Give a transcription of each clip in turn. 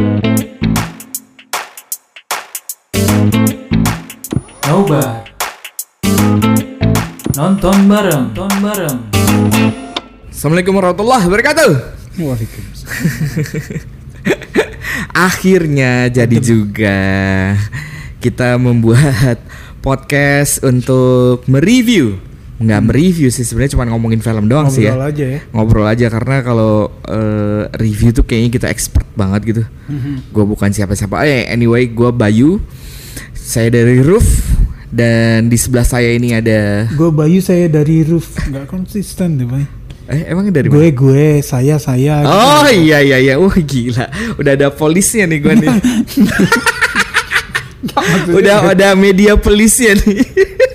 Nobar nonton bareng. Assalamualaikum warahmatullahi wabarakatuh. Waalaikumsalam. Akhirnya jadi juga kita membuat podcast untuk mereview. Nggak mereview sih sebenarnya, cuma ngomongin film doang sih ya. Ngobrol aja ya. Ngobrol aja karena kalau review tuh kayaknya kita expert banget gitu. Gue bukan siapa-siapa. Anyway, gue Bayu. Saya dari Roof. Dan di sebelah saya ini ada Gue Bayu, saya dari Roof. Nggak konsisten deh, Bay. Emang dari mana? Gue, saya Oh gitu. iya. Wah gila. Udah ada polisnya nih gue nih. Udah media polisnya nih.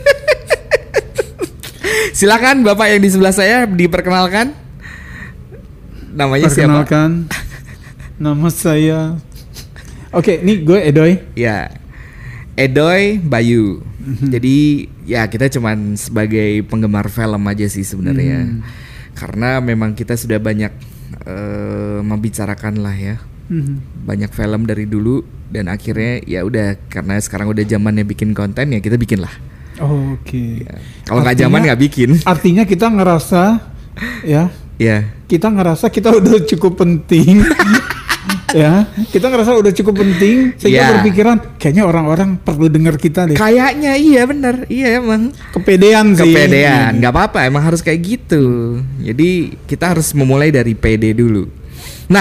Silakan Bapak yang di sebelah saya diperkenalkan. Namanya siapa? Perkenalkan, nama saya. Oke, nih gue Edoy. Ya, Edoy Bayu. Jadi ya kita cuman sebagai penggemar film aja sih sebenarnya. Karena memang kita sudah banyak membicarakan lah ya. Banyak film dari dulu dan akhirnya ya udah, karena sekarang udah zamannya bikin konten ya kita bikin lah. Oke. Ya. Kalau nggak zaman nggak bikin. Artinya kita ngerasa ya. Ya. Kita ngerasa kita udah cukup penting. Ya, kita ngerasa udah cukup penting sehingga berpikiran kayaknya orang-orang perlu dengar kita deh. Kayaknya iya benar, iya emang. Kepedean sih. Nggak apa-apa, emang harus kayak gitu. Jadi kita harus memulai dari PD dulu. Nah,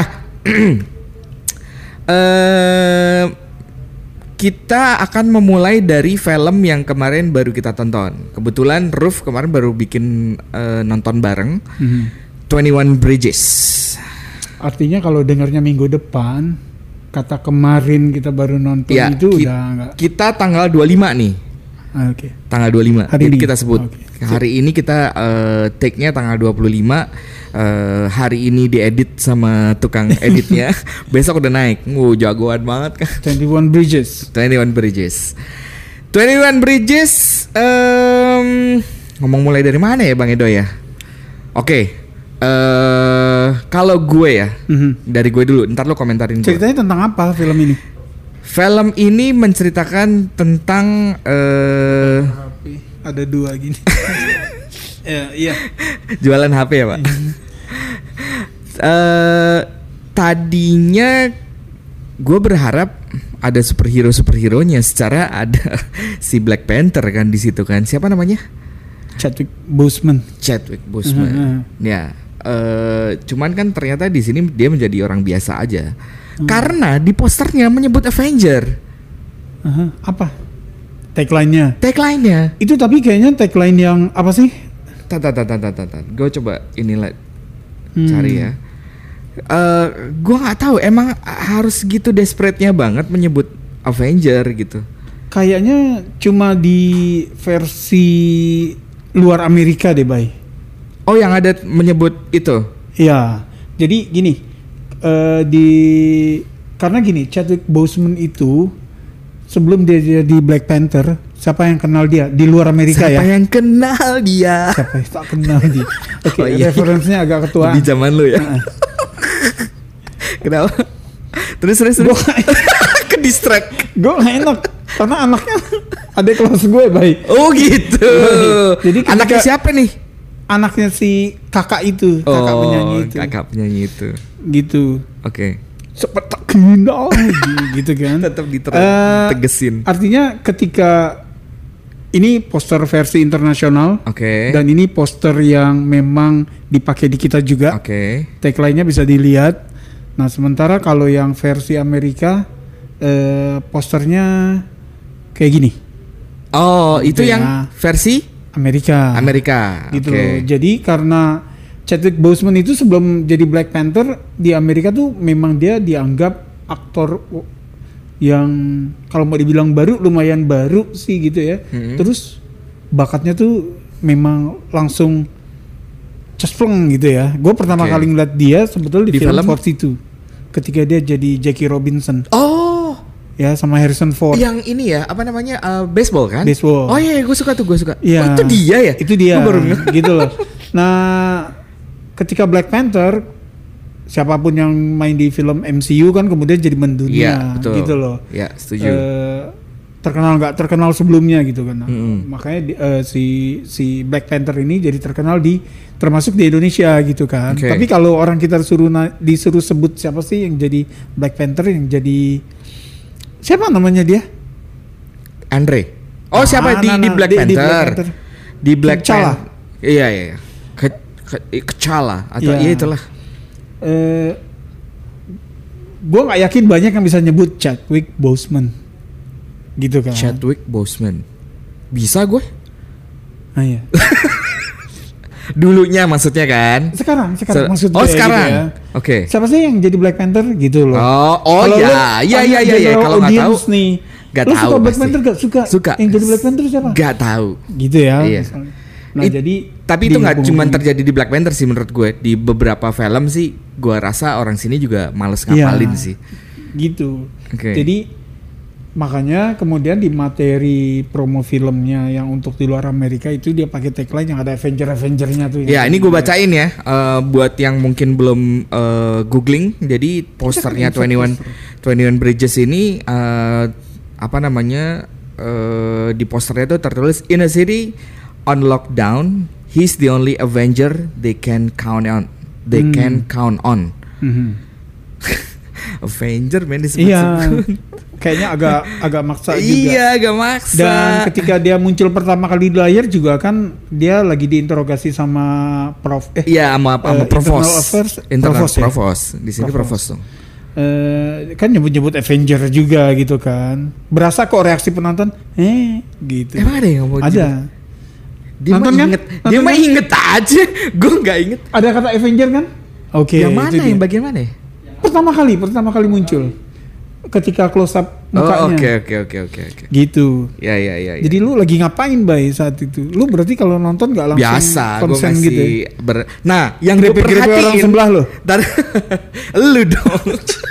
kita akan memulai dari film yang kemarin baru kita tonton. Kebetulan Roof kemarin baru bikin nonton bareng 21 Bridges. Artinya kalau dengarnya minggu depan, kata kemarin kita baru nonton Ya, itu udah enggak. Kita tanggal 25 nih. Oke. Tanggal 25. Hari Jadi ini? kita sebut. Oke. Hari ini kita take-nya tanggal 25. Hari ini diedit sama tukang editnya. Besok udah naik. Jagoan banget kan. 21 Bridges. 21 Bridges. 21 Bridges ngomong mulai dari mana ya Bang Edo ya? Oke. Kalau gue ya, dari gue dulu. Ntar lo komentarin gue. Ceritanya tentang apa film ini? Film ini menceritakan tentang HP. Ada dua gini. Iya. jualan HP ya Pak. Tadinya gue berharap ada superhero-superheronya, secara ada si Black Panther kan di situ kan. Siapa namanya? Chadwick Boseman. Ya, cuman kan ternyata di sini dia menjadi orang biasa aja. Karena di posternya menyebut Avenger. Apa? Tagline-nya. Itu tapi kayaknya tagline yang apa sih? Gue coba inilah cari ya. Gue nggak tahu emang harus gitu desperate-nya banget menyebut Avenger gitu. Kayaknya cuma di versi luar Amerika deh, Bay. Oh, yang ada menyebut itu. Ya. Jadi gini, karena gini, Chadwick Boseman itu sebelum dia jadi Black Panther, siapa yang kenal dia di luar Amerika ya? Siapa yang kenal dia? Siapa yang tak kenal dia? Oke, Oh, iya. referensinya agak ketuaan. Di zaman lu ya. Kenapa? Terus. Ke distract. Gue gak enak karena anaknya adik kelas gue, Bay. Oh gitu. Jadi anaknya siapa nih? Anaknya si kakak itu, kakak penyanyi itu. Kakak penyanyi itu. Gitu. Oke. Seperti kenal gitu kan. Tetap ditegesin. Artinya ketika ini poster versi internasional, dan ini poster yang memang dipakai di kita juga. Tagline-nya bisa dilihat. Nah, sementara kalau yang versi Amerika, posternya kayak gini. Oh, gitu itu ya. Yang versi Amerika. Gitu loh. Jadi karena Chadwick Boseman itu sebelum jadi Black Panther di Amerika tuh memang dia dianggap aktor yang kalau mau dibilang baru, lumayan baru sih gitu ya. Terus bakatnya tuh memang langsung cespleng gitu ya. Gue pertama kali ngeliat dia sebetulnya di film 42 ketika dia jadi Jackie Robinson. Oh, ya sama Harrison Ford. Yang ini ya, apa namanya, baseball kan? Baseball. Oh iya, gue suka. Ya, itu dia ya? Itu dia. Gitu loh. Nah, ketika Black Panther siapapun yang main di film MCU kan kemudian jadi mendunia betul. gitu loh. Iya, setuju. Terkenal nggak terkenal sebelumnya gitu kan. Makanya si Black Panther ini jadi terkenal termasuk di Indonesia gitu kan. Okay. Tapi kalau orang kita disuruh sebut siapa sih yang jadi Black Panther, yang jadi siapa namanya dia? Andre. Oh, siapa di Black Panther? Di Black Panther. Iya. Kecala atau iya itulah. Gue nggak yakin banyak yang bisa nyebut Chadwick Boseman gitu kan. Chadwick Boseman bisa gue. Iya. Dulunya maksudnya kan. Sekarang maksudnya. Oh sekarang. Gitu ya. Oke. Siapa sih yang jadi Black Panther gitu loh. Iya. Kalau nggak tahu nih. Lu suka Black Panther gak? Suka. Yang jadi Black Panther siapa? Gak tahu. Gitu ya. Iya. Nah jadi. Tapi itu nggak cuma terjadi di Black Panther sih menurut gue. Di beberapa film sih, gue rasa orang sini juga males ngapalin sih. Gitu. Okay. Jadi makanya kemudian di materi promo filmnya yang untuk di luar Amerika itu dia pakai tagline yang ada Avenger-nya tuh. Ya ini gue bacain ya. Buat yang mungkin belum googling, jadi posternya 21 Bridges ini di posternya itu tertulis in a city on lockdown, he's the only Avenger they can count on. Avenger disebut. Iya. Kayaknya agak maksa juga. Iya, agak maksa. Dan ketika dia muncul pertama kali di layar juga kan dia lagi diinterogasi sama Iya, sama Provos. Provos. Di sini Provos dong. Kan nyebut Avenger juga gitu kan. Berasa kok reaksi penonton gitu. Emang ada yang ngomong ada. Dia mah inget aja. Gue nggak inget. Ada kata Avenger kan? Oke. Yang mana? Yang bagian mana? Pertama kali muncul. Ketika close up mukanya. Oke. Gitu. Ya. Jadi lu lagi ngapain Bay saat itu? Lu berarti kalau nonton nggak langsung biasa, konsen gitu. Nah, yang gue perhatiin orang sebelah lo. Lu dong.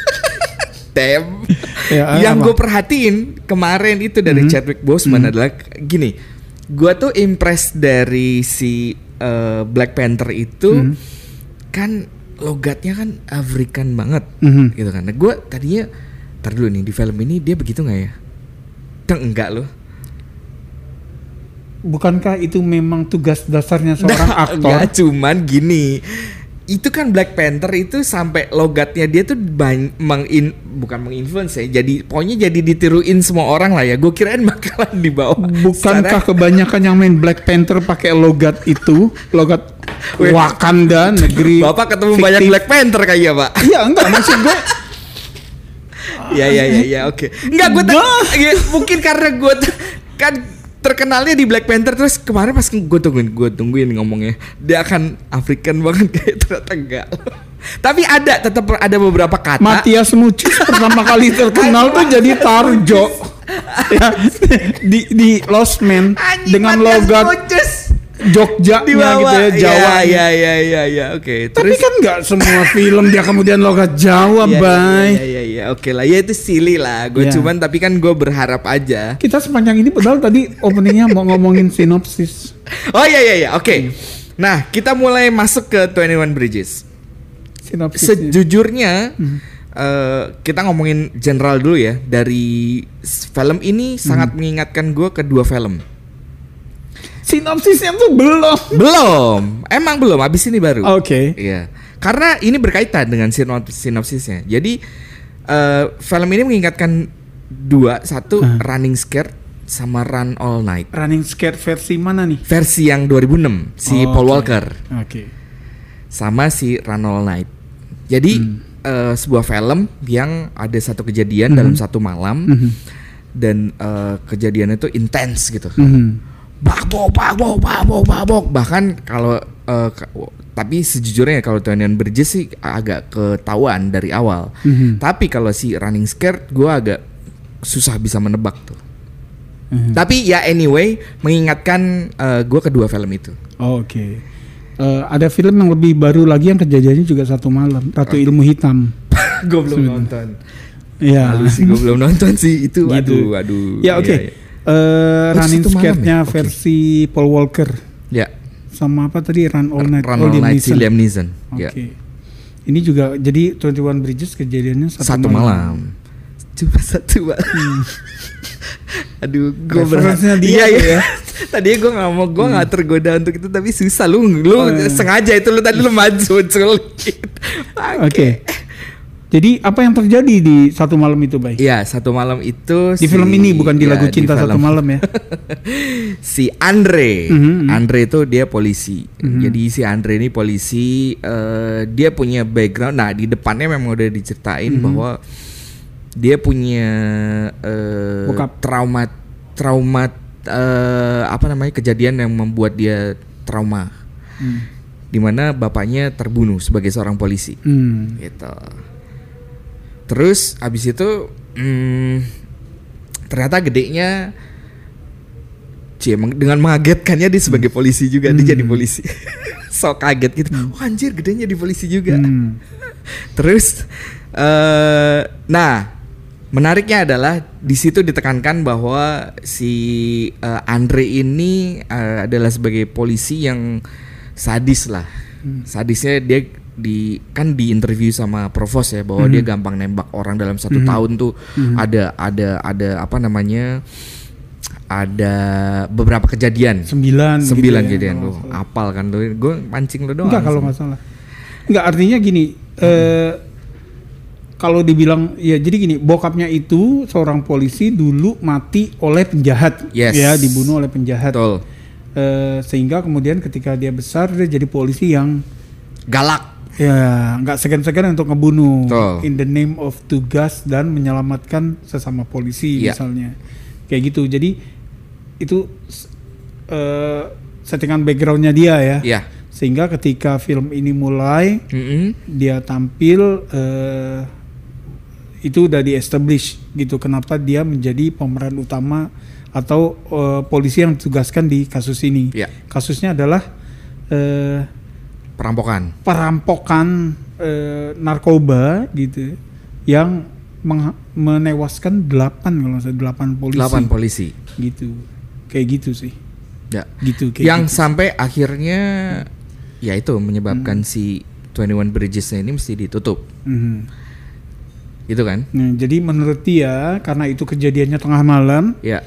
Yang gue perhatiin kemarin itu dari Chadwick Boseman adalah gini. Gua tuh impress dari si Black Panther itu kan logatnya kan African banget gitu kan. Nah, gua tadinya dulu nih di film ini dia begitu nggak ya? Enggak loh. Bukankah itu memang tugas dasarnya seorang aktor? Enggak, cuman gini. Itu kan Black Panther itu sampai logatnya dia tuh bukan menginfluence ya. Jadi pokoknya jadi ditiruin semua orang lah ya. Gue kirain bakalan dibawa. Bukankah kebanyakan yang main Black Panther pakai logat itu, logat Wakanda, negeri Bapak ketemu fiktif. Banyak Black Panther kayaknya, Pak. Iya, enggak maksud gue. Iya, oke. Enggak, gue mungkin karena gue kan terkenalnya di Black Panther, terus kemarin pas gue tungguin ngomongnya dia akan African banget, kayak ternyata enggak. Tapi tetap ada beberapa kata. Matias Muchis pertama kali terkenal tuh jadi Tarjo ya, di Lost Man dengan logat Jogja gitu ya, Jawa. Iya, oke. Tapi kan nggak semua film dia kemudian logat Jawa, Bay. Iya, oke lah. Ya itu silly lah. Gue cuman tapi kan gue berharap aja. Kita sepanjang ini padahal tadi openingnya mau ngomongin sinopsis. Oh iya, oke. Nah, kita mulai masuk ke 21 Bridges. Sinopsis. Sejujurnya kita ngomongin general dulu ya. Dari film ini sangat mengingatkan gue ke dua film. Sinopsisnya tuh belum. Emang belum. Abis ini baru. Oke. Iya. Karena ini berkaitan dengan sinopsisnya. Jadi film ini mengingatkan satu Running Scared sama Run All Night. Running Scared versi mana nih? Versi yang 2006 si Paul Walker. Oke. Sama si Run All Night. Jadi sebuah film yang ada satu kejadian dalam satu malam dan kejadian itu intens gitu. Babok. Bahkan kalau tapi sejujurnya kalau 21 Bridges sih agak ketahuan dari awal. Tapi kalau si Running Scared gue agak susah bisa menebak tuh. Tapi ya anyway mengingatkan gue kedua film itu. Oke. Ada film yang lebih baru lagi yang kejadiannya juga satu malam, Ratu Ilmu Hitam. Gue belum nonton. Iya. Gue belum nonton sih itu. Gitu. Aduh. Ya oke. Running Scared-nya versi Paul Walker. Ya. Sama apa tadi Run All Night? Run All Night si Liam Neeson. Oke. Ini juga jadi 21 Bridges kejadiannya satu malam. Cuma satu malam. Aduh, gue referensinya dia ya. Tadinya gue nggak mau, gue nggak tergoda untuk itu, tapi susah lu sengaja itu lu tadi lu maju Oke. Jadi apa yang terjadi di satu malam itu, Bay? Iya, satu malam itu di film ini, bukan di lagu Cinta Satu Malam ya. Si Andre, Andre itu dia polisi. Jadi si Andre ini polisi, dia punya background. Nah, di depannya memang udah diceritain bahwa dia punya trauma apa namanya, kejadian yang membuat dia trauma. Dimana bapaknya terbunuh sebagai seorang polisi. Gitu. Terus abis itu ternyata gedenya dengan mengagetkannya dia sebagai polisi juga, dia jadi polisi. So kaget gitu. Oh, anjir, gedenya di polisi juga. Terus nah, menariknya adalah di situ ditekankan bahwa si Andre ini adalah sebagai polisi yang sadis lah. Sadisnya dia di interview sama Provos ya, bahwa dia gampang nembak orang dalam 1 tahun tuh. Ada apa namanya, ada beberapa kejadian. 9 gitu kejadian. Lu apal kan lu, gue pancing lu doang. Enggak, kalau nggak salah. Enggak, artinya gini, kalau dibilang ya, jadi gini, bokapnya itu seorang polisi dulu mati oleh penjahat. Ya, dibunuh oleh penjahat. Betul. Sehingga kemudian ketika dia besar, dia jadi polisi yang galak. Ya, nggak segan-segan untuk ngebunuh. Betul. In the name of tugas dan menyelamatkan sesama polisi misalnya. Kayak gitu. Jadi itu settingan backgroundnya dia ya. Yeah. Sehingga ketika film ini mulai, dia tampil, itu udah di-establish gitu. Kenapa dia menjadi pemeran utama atau polisi yang ditugaskan di kasus ini. Yeah. Kasusnya adalah perampokan narkoba gitu, yang menewaskan 8 polisi gitu. Kayak gitu sih ya. Gitu, kayak yang gitu. Sampai akhirnya ya itu menyebabkan si 21 Bridges ini mesti ditutup. Gitu kan. Nah, jadi menurut dia karena itu kejadiannya tengah malam ya.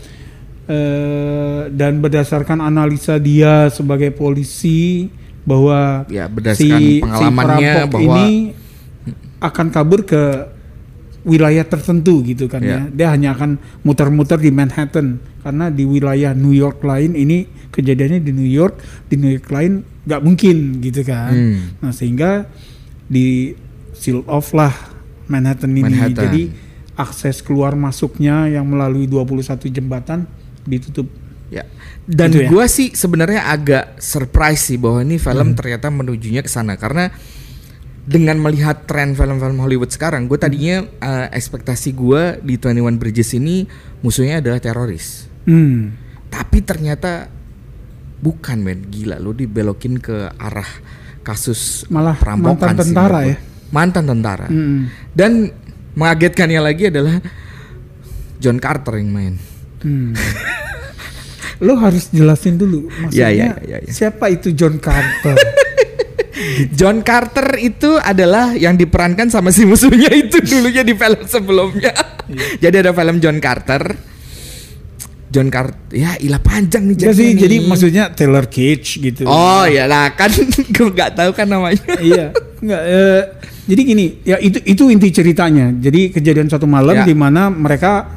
Dan berdasarkan analisa dia sebagai polisi, bahwa ya, berdasarkan pengalamannya si bahwa ini akan kabur ke wilayah tertentu gitu kan ya. Dia hanya akan muter-muter di Manhattan, karena di wilayah New York lain, ini kejadiannya di New York lain nggak mungkin gitu kan. Nah, sehingga di seal off lah Manhattan ini. Jadi akses keluar masuknya yang melalui 21 jembatan ditutup. Ya. Dan gitu ya? Gue sih sebenarnya agak surprise sih bahwa ini film ternyata menujunya ke sana, karena dengan melihat tren film-film Hollywood sekarang, gue tadinya ekspektasi gue di 21 Bridges ini musuhnya adalah teroris. Tapi ternyata bukan, men. Gila, lo dibelokin ke arah kasus malah perampokan mantan tentara sih, ya. Mantan tentara. Dan mengagetkannya lagi adalah John Carter yang main. Lo harus jelasin dulu maksudnya ya. Siapa itu John Carter? John Carter itu adalah yang diperankan sama si musuhnya itu dulunya di film sebelumnya. Jadi ada film John Carter, ya ilah panjang nih sih. Jadi maksudnya Taylor Kitsch gitu. Oh ya lah, kan gue nggak tahu kan namanya. Iya, nggak. Jadi gini, ya itu inti ceritanya. Jadi kejadian satu malam di mana mereka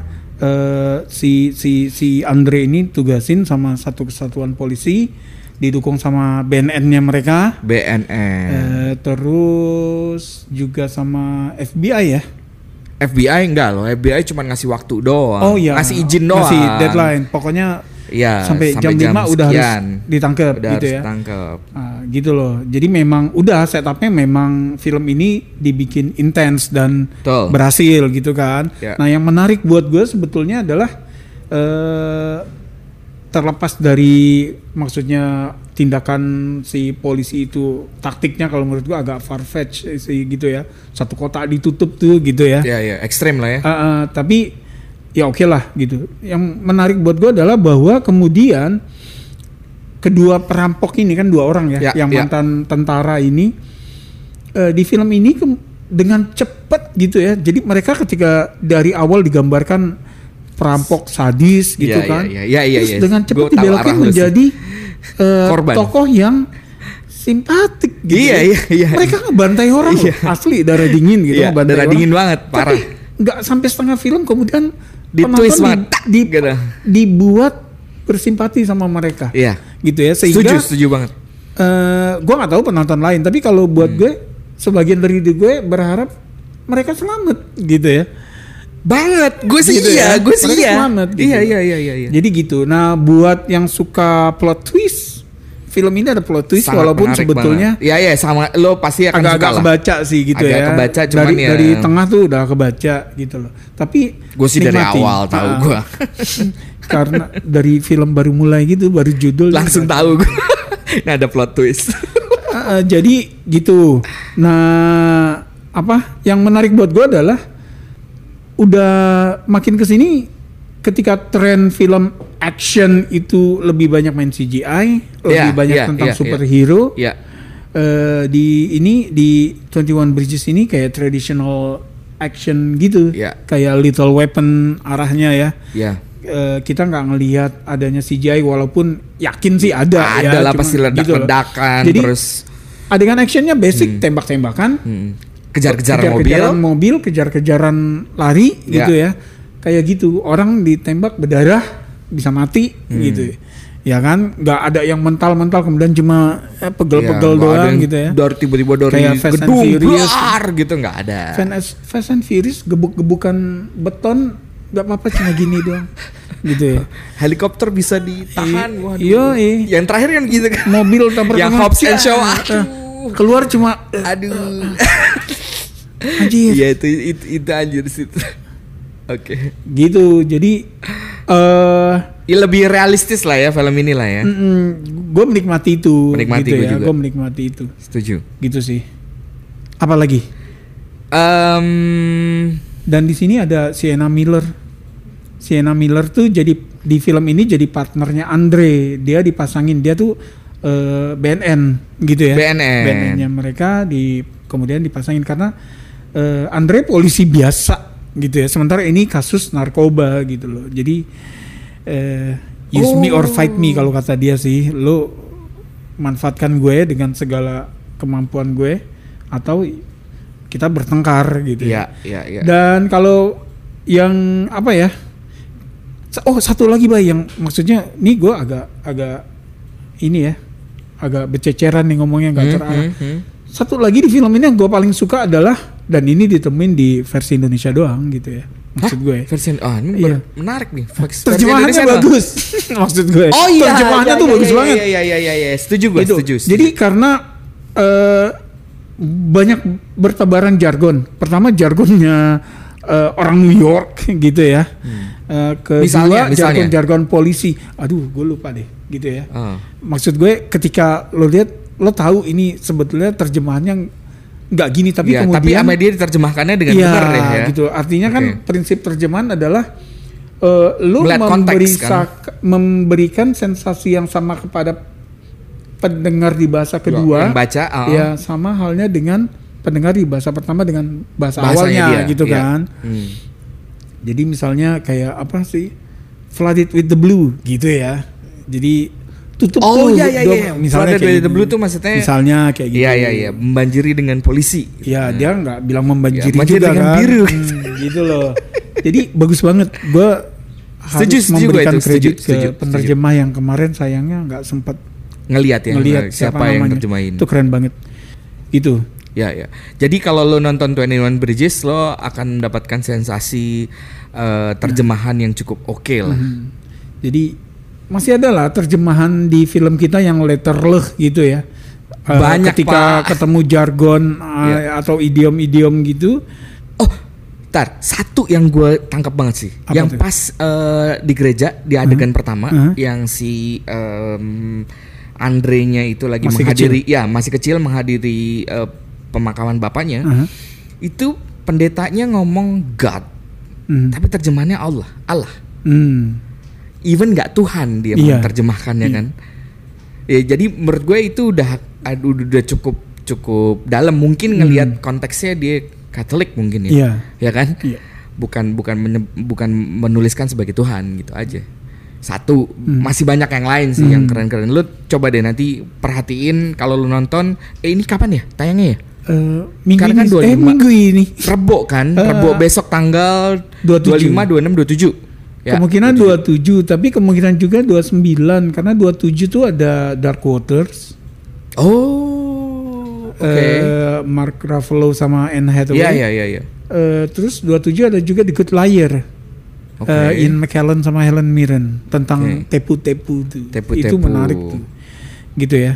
si Andre ini tugasin sama satu kesatuan polisi, didukung sama BNN-nya mereka. BNN. Terus juga sama FBI ya. FBI enggak loh, FBI cuma ngasih waktu doang. Oh iya. Ngasih izin doang. Ngasih deadline. Pokoknya ya, sampai jam 5 udah harus ditangkap gitu ya. Gitu loh. Jadi memang udah setupnya memang film ini dibikin intens dan berhasil gitu kan. Nah, yang menarik buat gue sebetulnya adalah terlepas dari maksudnya tindakan si polisi itu, taktiknya kalau menurut gue agak far-fetched sih gitu ya. Satu kota ditutup tuh gitu ya. Iya, ekstrem lah ya. Tapi ya oke lah gitu. Yang menarik buat gue adalah bahwa kemudian kedua perampok ini kan 2 orang ya, yang mantan tentara ini di film ini dengan cepat gitu ya. Jadi mereka ketika dari awal digambarkan perampok sadis gitu kan. Terus dengan cepat dibelokkan menjadi tokoh yang simpatik gitu. Iya. Mereka ngebantai orang asli, darah dingin gitu. Darah dingin banget, parah. Tapi nggak sampai setengah film kemudian twist gitu. Dibuat bersimpati sama mereka. Iya. Gitu ya. Sehingga setuju banget. Gue nggak tahu penonton lain, tapi kalau buat gue, sebagian dari gue berharap mereka selamat gitu ya. Banget, gue sih gitu iya, ya. gue sih iya. Selamat, gitu. Iya. Jadi gitu. Nah, buat yang suka plot twist, film ini ada plot twist. Sangat walaupun sebetulnya iya sama lo pasti akan agak kebaca sih gitu agak ya. Kebaca, cuman dari tengah tuh udah kebaca gitu loh. Tapi gue sih dari awal tahu gue. Karena dari film baru mulai gitu, baru judul langsung tahu gue. Nah, ada plot twist. Jadi gitu. Nah, apa yang menarik buat gue adalah udah makin kesini ketika tren film action itu lebih banyak main CGI, lebih banyak tentang superhero. Di 21 Bridges ini kayak traditional action gitu, kayak Little Weapon arahnya ya. Kita nggak ngelihat adanya CGI, walaupun yakin sih ada ya, lah pasti ledak-ledakan gitu. Terus adegan actionnya basic, tembak-tembakan, kejar-kejaran mobil, kejar-kejaran lari gitu ya, kayak gitu. Orang ditembak berdarah bisa mati gitu ya kan, nggak ada yang mental-mental kemudian cuma pegel-pegel doang gitu ya. Tiba-tiba dari kayak Fast gedung and Furious gitu, nggak ada. Fast and Furious gebuk-gebukan beton nggak apa-apa, cuma gini doang gitu ya. Helikopter bisa ditahan. Iya. Yang terakhir kan gitu kan. Mobil tabrak yang Hobbs and Shaw. Keluar cuma anjir. Iya itu anjir sih. Oke. Gitu. Jadi lebih realistis lah ya film ini lah ya. Gue menikmati itu. Menikmati gitu gue ya. juga. Gue menikmati itu. Setuju. Gitu sih. Apa lagi? Dan di sini ada Sienna Miller. Sienna Miller tuh jadi di film ini jadi partnernya Andre. Dia dipasangin, dia tuh BNN gitu ya. BNN-nya mereka kemudian dipasangin karena Andre polisi biasa gitu ya. Sementara ini kasus narkoba gitu loh. Jadi use me or fight me kalau kata dia sih. Lo manfaatkan gue dengan segala kemampuan gue atau kita bertengkar gitu ya. Dan kalau yang apa ya? Satu lagi Bay, yang maksudnya nih gue agak ini ya, agak bececeran nih ngomongnya, nggak terarah. Satu lagi di film ini yang gue paling suka adalah, dan ini ditemuin di versi Indonesia doang gitu ya. Maksud gue. Versi ini menarik nih. Terjemahannya bagus. Maksud gue. Terjemahannya tuh bagus banget. Iya. Setuju gue. Setuju. Jadi karena banyak bertebaran jargon. Pertama jargonnya orang New York gitu ya. Kedua jargon polisi. Aduh, gue lupa deh gitu ya. Maksud gue ketika lo lihat, lo tahu ini sebetulnya terjemahannya nggak gini, tapi kemudian tapi sama dia diterjemahkannya dengan benar deh ya. Gitu. Artinya kan prinsip terjemahan adalah lo memberikan sensasi yang sama kepada pendengar di bahasa kedua, yang baca, ya sama halnya dengan pendengar di bahasa pertama dengan bahasanya awalnya dia, gitu kan. Jadi misalnya kayak apa sih, Flooded with the Blue gitu ya. Jadi tutup misalnya Flooded with the Blue tuh maksudnya misalnya kayak gitu. Iya, membanjiri dengan polisi. Ya dia nggak bilang membanjiri juga dengan kan. Biru. Gitu loh. Jadi bagus banget. Gue harus memberikan kredit ke penerjemah yang kemarin sayangnya nggak sempat ngelihat siapa yang terjemahin. Itu keren banget. Gitu. Ya. Jadi kalau lo nonton 21 Bridges, lo akan mendapatkan sensasi terjemahan yang cukup oke lah. Jadi masih ada lah terjemahan di film kita yang letterleh gitu ya. Banyak ketika ketemu jargon atau idiom-idiom gitu. Satu yang gue tangkap banget sih. Apa yang tuh? Pas di gereja di adegan pertama yang si Andre-nya itu lagi masih kecil menghadiri pemakaman bapaknya. Itu pendetanya ngomong God, tapi terjemahannya Allah. Even nggak Tuhan dia menerjemahkannya kan. Ya jadi menurut gue itu udah cukup dalam, mungkin ngelihat konteksnya dia Katolik mungkin ya. Iya. Ya kan? Iya. Bukan menuliskan sebagai Tuhan gitu aja. Satu, masih banyak yang lain sih yang keren-keren. Lu coba deh nanti perhatiin kalau lu nonton, ini kapan ya tayangnya ya? Minggu Karena kan ini, minggu ini. Rebo kan? Rebo besok tanggal 27. 25, 26, 27. Ya, Kemungkinan 27, tapi kemungkinan juga 29 karena 27 tuh ada Dark Waters. Oh, oke. Mark Ruffalo sama Anne Hathaway. Iya. Terus 27 ada juga The Good Liar. Ian McKellen sama Helen Mirren tentang tepu-tepu tuh. Tepu-tepu. Itu menarik tuh. Gitu ya.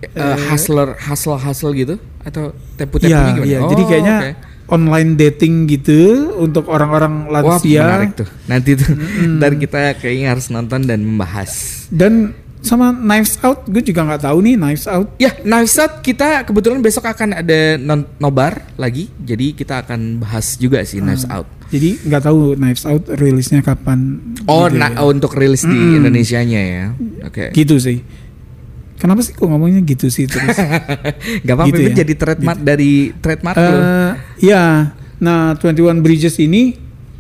hustle gitu atau tepu-tepunya gimana? Iya, jadi kayaknya online dating gitu untuk orang-orang lansia. Wah, menarik tuh. Nanti tuh ntar kita kayaknya harus nonton dan membahas. Dan sama Knives Out, gue juga nggak tahu nih Knives Out. Ya, Knives Out kita kebetulan besok akan ada nobar lagi, jadi kita akan bahas juga sih Knives Out. Jadi nggak tahu Knives Out rilisnya kapan. Oh, gitu untuk rilis di Indonesianya ya. Oke. Gitu sih. Kenapa sih kok ngomongnya gitu sih terus? Gak apa-apa, gitu itu jadi trademark dari trademark lo. Ya, nah 21 Bridges ini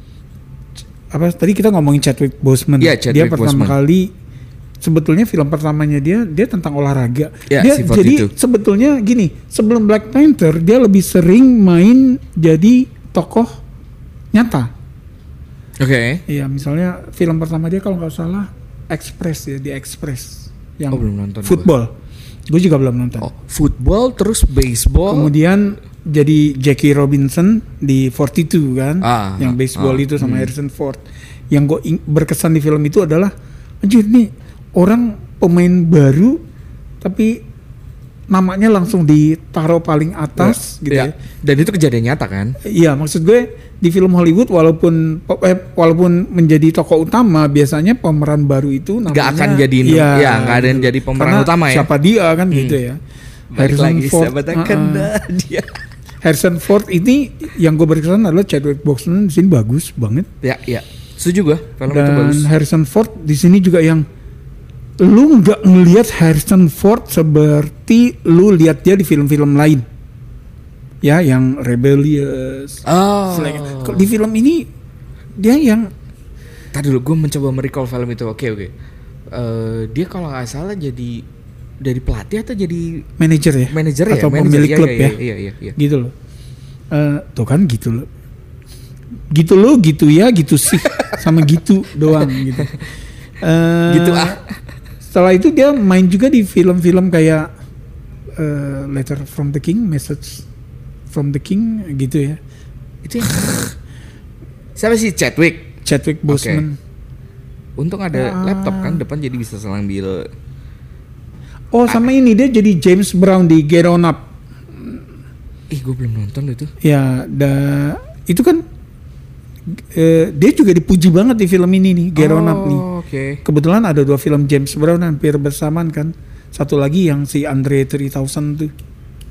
apa? Tadi kita ngomongin Chadwick Boseman. Ya, dia pertama kali sebetulnya film pertamanya dia tentang olahraga. Ya, dia jadi sebetulnya gini, sebelum Black Panther dia lebih sering main jadi tokoh nyata. Oke. Iya, misalnya film pertama dia kalau nggak salah Express ya, di Express yang belum nonton football. Gue juga belum nonton. Oh, football terus baseball. Kemudian jadi Jackie Robinson di 42 kan, yang baseball itu sama Harrison Ford. Yang gue berkesan di film itu adalah, anjir nih orang pemain baru tapi namanya langsung ditaruh paling atas gitu ya. Dan itu kejadian nyata kan? Iya, maksud gue di film Hollywood walaupun menjadi tokoh utama biasanya pemeran baru itu namanya nggak akan jadi nggak ada yang jadi pemeran utama ya. Siapa dia kan gitu ya. Harrison Ford. Dia. Harrison Ford ini yang gue berkesan adalah Chadwick Boseman di sini bagus banget. Ya. Setuju gue, film dan itu bagus. Harrison Ford di sini juga yang lu nggak ngelihat Harrison Ford seperti lu lihat dia di film-film lain. Ya, yang Rebellious. Di film ini dia yang tadi dulu gue mencoba merecall film itu. Oke. Dia kalau nggak salah jadi dari pelatih atau jadi manajer ya? Manajer ya? Atau pemilik klub ya? Iya. Gitu loh. Tuh kan gitu loh. Gitu loh, gitu ya, gitu sih. Sama gitu doang gitu. Gitu Setelah itu dia main juga di film-film kayak Letter from the King, Message from the King gitu ya. Itu yang siapa sih? Chadwick Boseman. Untung ada laptop kan depan jadi bisa sambil. Oh, sama ini dia jadi James Brown di Get On Up. Gue belum nonton itu. Ya, itu kan dia juga dipuji banget di film ini nih, Get On Up nih. Okay. Kebetulan ada 2 film James Brown hampir bersamaan kan. Satu lagi yang si Andre 3000 tuh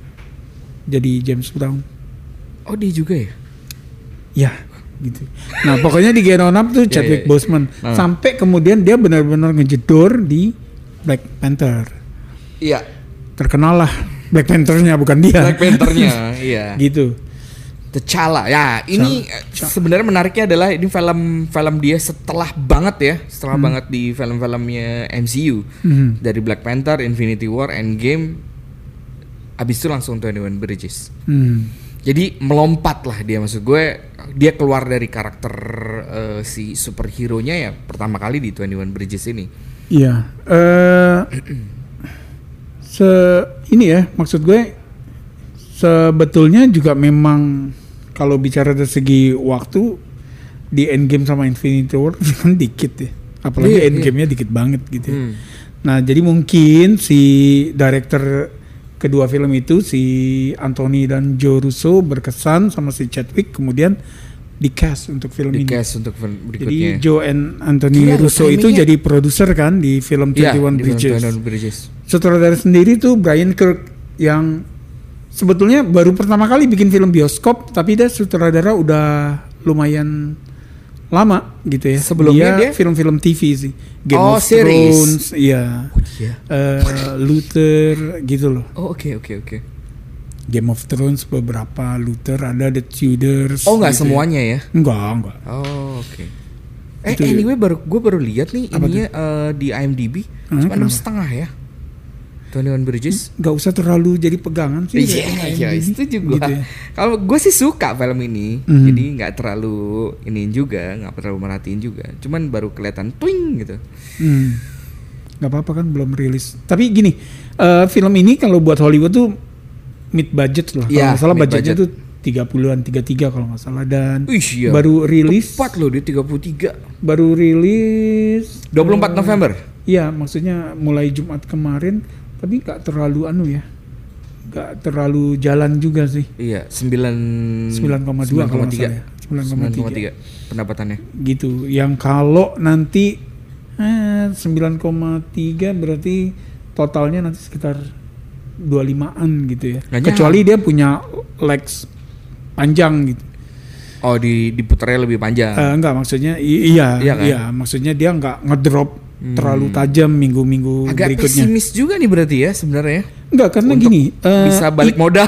jadi James Brown. Oh, dia juga ya? Ya, gitu. Nah, pokoknya di Get On Up tuh Chadwick Boseman. Sampai kemudian dia benar-benar ngejedor di Black Panther. Iya. Terkenal lah Black Panther-nya, bukan dia. Black Panther-nya, iya. Gitu. T'Challa. Ya, ini sebenarnya menariknya adalah ini film dia setelah banget di film-filmnya MCU. Dari Black Panther, Infinity War, Endgame, abis itu langsung 21 Bridges. Jadi melompat lah dia, maksud gue dia keluar dari karakter si superhero-nya ya pertama kali di 21 Bridges ini. Iya. Ini ya maksud gue sebetulnya juga memang kalau bicara dari segi waktu di Endgame sama Infinity War kan dikit ya, apalagi Endgame-nya dikit banget gitu ya. Nah jadi mungkin si director kedua film itu si Anthony dan Joe Russo berkesan sama si Chadwick, kemudian di cast untuk film ini. Untuk film berikutnya. Jadi Joe and Anthony Russo itu jadi produser kan di film 21 Bridges. Sutradara sendiri tuh Brian Kirk yang sebetulnya baru pertama kali bikin film bioskop, tapi dia sutradara udah lumayan lama gitu ya. Sebelumnya dia film-film TV sih. Game of series. Thrones, iya. Luther gitu loh. Oh, oke. Game of Thrones beberapa, Luther ada, The Tudors. Oh nggak gitu semuanya ya? Enggak. Oh oke. Itu Anyway gue baru lihat nih apa ininya di IMDb cuma 6,5 ya. 21 Bridges. Nggak usah terlalu jadi pegangan sih. Iya, itu juga. Gitu ya. Kalau gue sih suka film ini, jadi nggak terlalu ini juga, nggak terlalu merhatiin juga. Cuman baru kelihatan twing gitu. Nggak apa-apa kan belum rilis. Tapi gini, film ini kalau buat Hollywood tuh mid budget lah. Kalau nggak salah budgetnya tuh 30-an, 33 kalau nggak salah, dan iya. baru rilis. Tepat loh dia 33. Baru rilis 24 November. Iya, maksudnya mulai Jumat kemarin. Tapi nggak terlalu nggak terlalu jalan juga sih. Iya, 9,2 kalau nggak salah ya. 9,3 pendapatannya. Gitu. Yang kalau nanti 9,3 berarti totalnya nanti sekitar 25-an gitu ya. Kecuali dia punya legs panjang gitu. Oh, diputarnya lebih panjang. Enggak, maksudnya iya kan? Maksudnya dia nggak ngedrop terlalu tajam minggu-minggu agak berikutnya. Agak pesimis juga nih berarti ya sebenarnya. Enggak, karena untuk gini, bisa balik modal.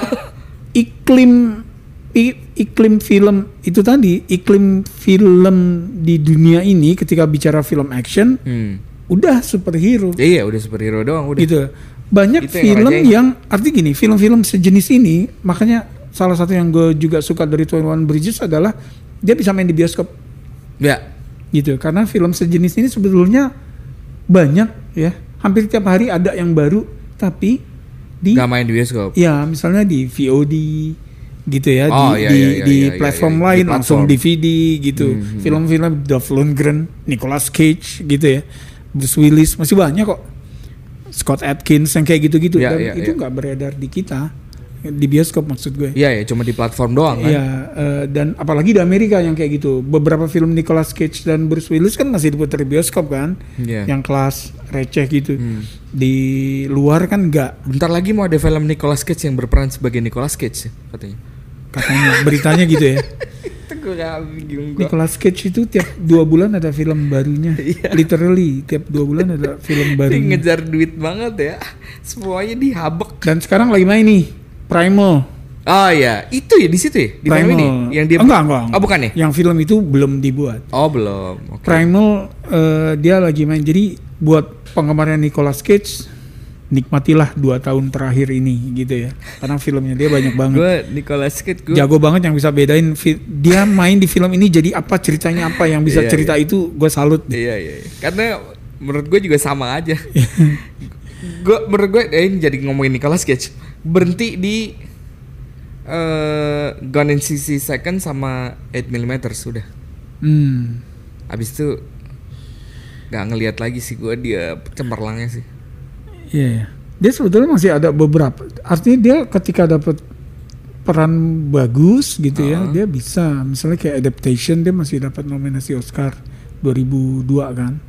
Iklim film itu tadi, iklim film di dunia ini ketika bicara film action, udah superhero. Iya, udah superhero doang udah. Gitu. Banyak itu film yang arti gini, film-film sejenis ini, makanya salah satu yang gue juga suka dari 21 Bridges adalah dia bisa main di bioskop. Ya. Gitu, karena film sejenis ini sebetulnya banyak ya, hampir tiap hari ada yang baru, tapi nggak main di bioskop. Ya, misalnya di VOD gitu ya, di platform lain di langsung DVD gitu. Film-film Dolph Lundgren, Nicolas Cage gitu ya, Bruce Willis, masih banyak kok. Scott Adkins yang kayak gitu-gitu, dan itu nggak beredar di kita, di bioskop maksud gue. Iya, cuma di platform doang kan. Iya, dan apalagi di Amerika yang kayak gitu. Beberapa film Nicolas Cage dan Bruce Willis kan masih diputar di bioskop kan, yang kelas receh gitu. Di luar kan enggak. Bentar lagi mau ada film Nicolas Cage yang berperan sebagai Nicolas Cage katanya beritanya gitu ya. Itu gue gak bingung. Nicolas Cage itu tiap 2 bulan ada film barunya. Literally tiap 2 bulan ada film barunya. Ngejar duit banget ya, semuanya dihabek. Dan sekarang lagi main nih Primal. Oh ya, itu ya di situ ya, di film ini yang dia enggak. Oh bukan ya? Yang film itu belum dibuat. Oh belum. Okay. Primal dia lagi main. Jadi buat penggemarnya Nicolas Cage, nikmatilah 2 tahun terakhir ini gitu ya. Karena filmnya dia banyak banget. Gue Nicolas Cage jago banget yang bisa bedain dia main di film ini jadi apa, ceritanya apa, yang bisa cerita itu gue salut. Iya. Karena menurut gue juga sama aja. Menurut gue ini jadi ngomongin Nicolas Cage, berhenti di Gone in 60 Seconds sama 8mm sudah. Abis itu nggak ngelihat lagi sih gue dia cemerlangnya sih. Iya. Dia sebetulnya masih ada beberapa. Artinya dia ketika dapat peran bagus gitu ya, dia bisa. Misalnya kayak Adaptation, dia masih dapat nominasi Oscar 2002 kan.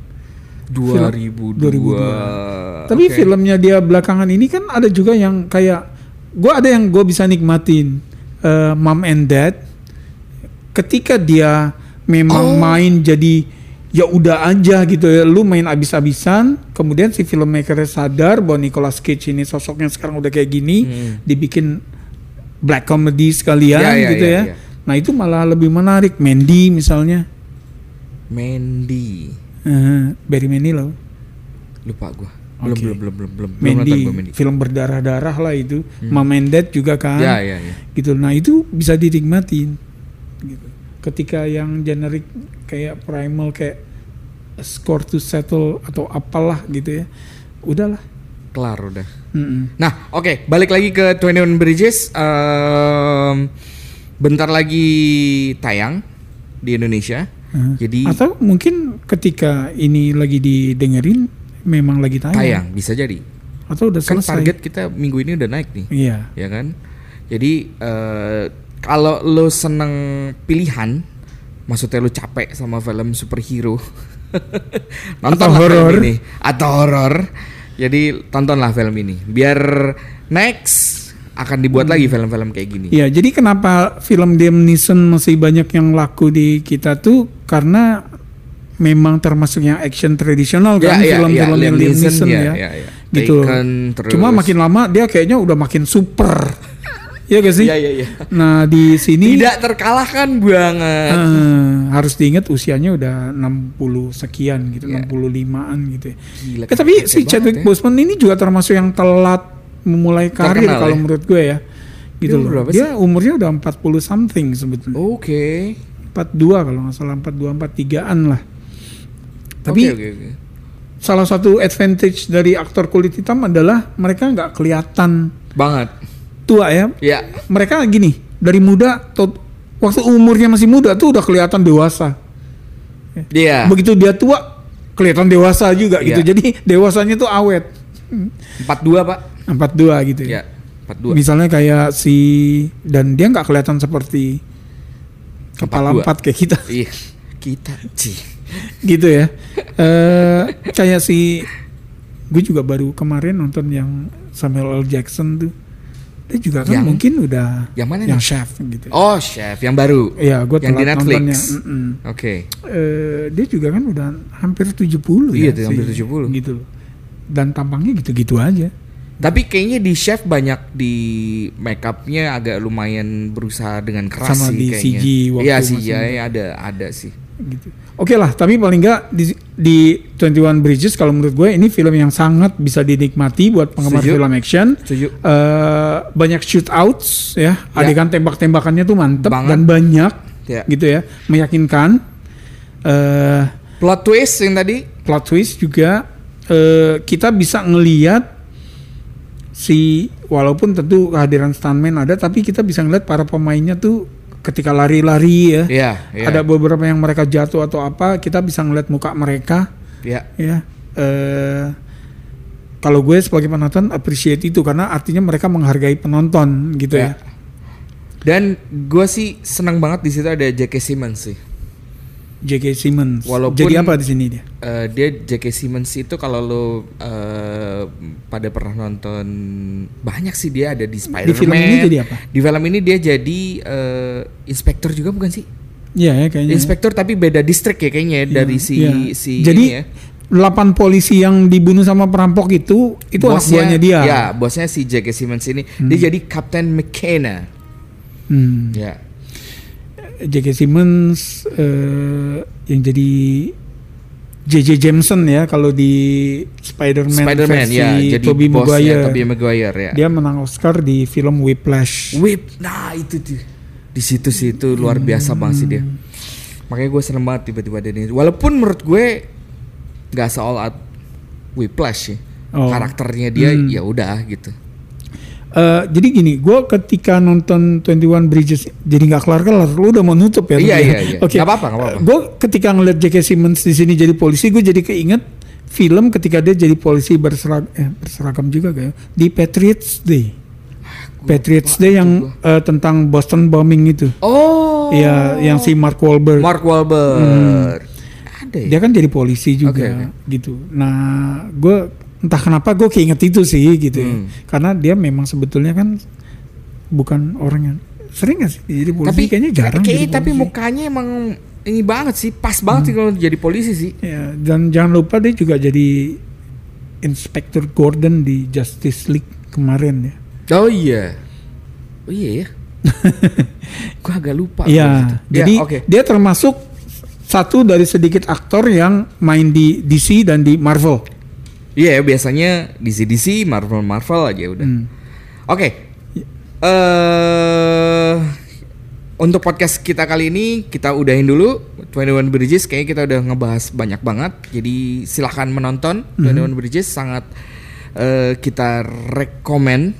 2002. Tapi filmnya dia belakangan ini kan ada juga yang kayak ada yang gue bisa nikmatin, Mom and Dad. Ketika dia memang main jadi ya udah aja gitu ya, lu main abis-abisan, kemudian si filmmakernya sadar bahwa Nicolas Cage ini sosoknya sekarang udah kayak gini, dibikin black comedy sekalian gitu ya. Nah itu malah lebih menarik. Mandy misalnya. Barry Manilow. Lupa gue. Belum Mandy, film berdarah-darah lah itu. Mom and Dad juga kan. Ya. Gitu. Nah itu bisa dinikmatin. Gitu. Ketika yang generik kayak Primal, kayak Score to Settle atau apalah gitu ya, udahlah, kelar udah. Nah oke, balik lagi ke 21 Bridges. Bentar lagi tayang di Indonesia. Jadi atau mungkin ketika ini lagi didengerin memang lagi tayang. Bisa jadi. Atau udah selesai. Kan target kita minggu ini udah naik nih. Iya. Ya kan. Jadi kalau lo seneng pilihan, maksudnya lo capek sama film superhero, nontonlah film ini, atau horor. Jadi tontonlah film ini. Biar next akan dibuat lagi film-film kayak gini. Iya, jadi kenapa film Liam Neeson masih banyak yang laku di kita tuh karena memang termasuk yang action tradisional kan, film-film Liam Neeson ya. Gitu. Taken, terus. Cuma makin lama dia kayaknya udah makin super. Iya gak sih? Iya. Nah di sini Tidak terkalahkan banget. harus diingat usianya udah 60 sekian gitu, 65-an gitu ya. Gila, Tapi kece si Chadwick banget ya. Boseman ini juga termasuk yang telat memulai karir Terkenal kalau ya? menurut gue ya. Gitu Dia loh. berapa Dia umurnya udah 40 something sebetulnya. Oke. 42 kalau nggak salah, 42 43-an lah. Tapi Oke. salah satu advantage dari aktor kulit hitam adalah mereka nggak kelihatan Banget. tua ya. Ya. Mereka gini, dari muda waktu umurnya masih muda tuh udah kelihatan dewasa. Iya. Begitu dia tua kelihatan dewasa juga gitu. Iya. Jadi dewasanya tuh awet. 42, Pak. 42 gitu Ya. ya. 42. Misalnya kayak dan dia nggak kelihatan seperti kepala 42. 4 kayak kita. Iya. Kita sih. Gitu ya. Kayak gue juga baru kemarin nonton yang Samuel L. Jackson tuh. Dia juga kan mungkin udah yang mana yang nih? chef gitu. Oh, Chef yang baru. Iya, gue yang di telat Netflix. nontonnya. Oke. Dia juga kan udah hampir 70 Iya, ya. tuh, hampir 70. Gitu loh. Dan tampangnya gitu-gitu aja. Tapi kayaknya di Chef banyak di make upnya agak lumayan berusaha dengan keras Sama sih di kayaknya. CG waktu Iya, masih CGI ada sih. Gitu. Oke lah, tapi paling nggak di 21 Bridges kalau menurut gue ini film yang sangat bisa dinikmati buat penggemar Setuju. film action. Setuju. Banyak shootouts ya, adegan tembak-tembakannya tuh mantep Banget. dan banyak, Ya. gitu ya, meyakinkan. Plot twist yang tadi. Plot twist juga kita bisa ngelihat walaupun tentu kehadiran stuntman ada, tapi kita bisa ngeliat para pemainnya tuh ketika lari-lari ya. Iya. Ada beberapa yang mereka jatuh atau apa, kita bisa ngeliat muka mereka. Iya. Ya, kalau gue sebagai penonton appreciate itu karena artinya mereka menghargai penonton gitu ya. Dan gue sih senang banget di situ ada J.K. Simmons sih. J.K. Simmons. Walaupun jadi apa di sini dia? Dia J.K. Simmons itu kalau lo pada pernah nonton banyak sih dia ada di Spider-Man. Di film ini jadi apa? Di film ini dia jadi inspektur juga bukan sih? Iya ya kayaknya. Inspektur tapi beda distrik ya kayaknya dari si jadi ini ya. 8 polisi yang dibunuh sama perampok itu anak buahnya dia. Ya, bosnya si J.K. Simmons ini dia jadi Captain McKenna. Ya. J.K. Simmons yang jadi J.J. Jameson ya kalau di Spider-Man versi ya, jadi Tobey bosnya Tobey Maguire ya. Dia menang Oscar di film Whiplash. Nah itu tuh di situ sih itu luar biasa banget sih dia. Makanya gue seneng banget tiba-tiba ada ini. Walaupun menurut gue nggak se-all out Whiplash sih. Karakternya dia ya udah gitu. Jadi gini, gue ketika nonton 21 Bridges jadi nggak kelar-kelar, lu udah mau nutup ya? Iya. Oke. Nggak apa-apa. Gue ketika ngeliat J.K. Simmons di sini jadi polisi, gue jadi keinget film ketika dia jadi polisi berseragam juga kayak di Patriots Day. Patriots Day yang tentang Boston bombing itu. Oh. Iya, yang si Mark Wahlberg. Ada ya? Dia kan jadi polisi juga gitu. Nah, gue entah kenapa gue keinget itu sih gitu ya. Karena dia memang sebetulnya kan bukan orang yang sering gak sih jadi polisi, tapi kayaknya jarang jadi polisi. tapi mukanya emang ini banget sih, pas banget sih kalau jadi polisi sih. Ya, dan jangan lupa dia juga jadi Inspektur Gordon di Justice League kemarin ya. Oh iya ya. Gue agak lupa. Iya, jadi dia termasuk satu dari sedikit aktor yang main di DC dan di Marvel. Iya, biasanya DC Marvel aja udah. Oke. Untuk podcast kita kali ini kita udahin dulu 21 Bridges. Kayaknya kita udah ngebahas banyak banget. Jadi silahkan menonton 21 Bridges, sangat kita rekomen.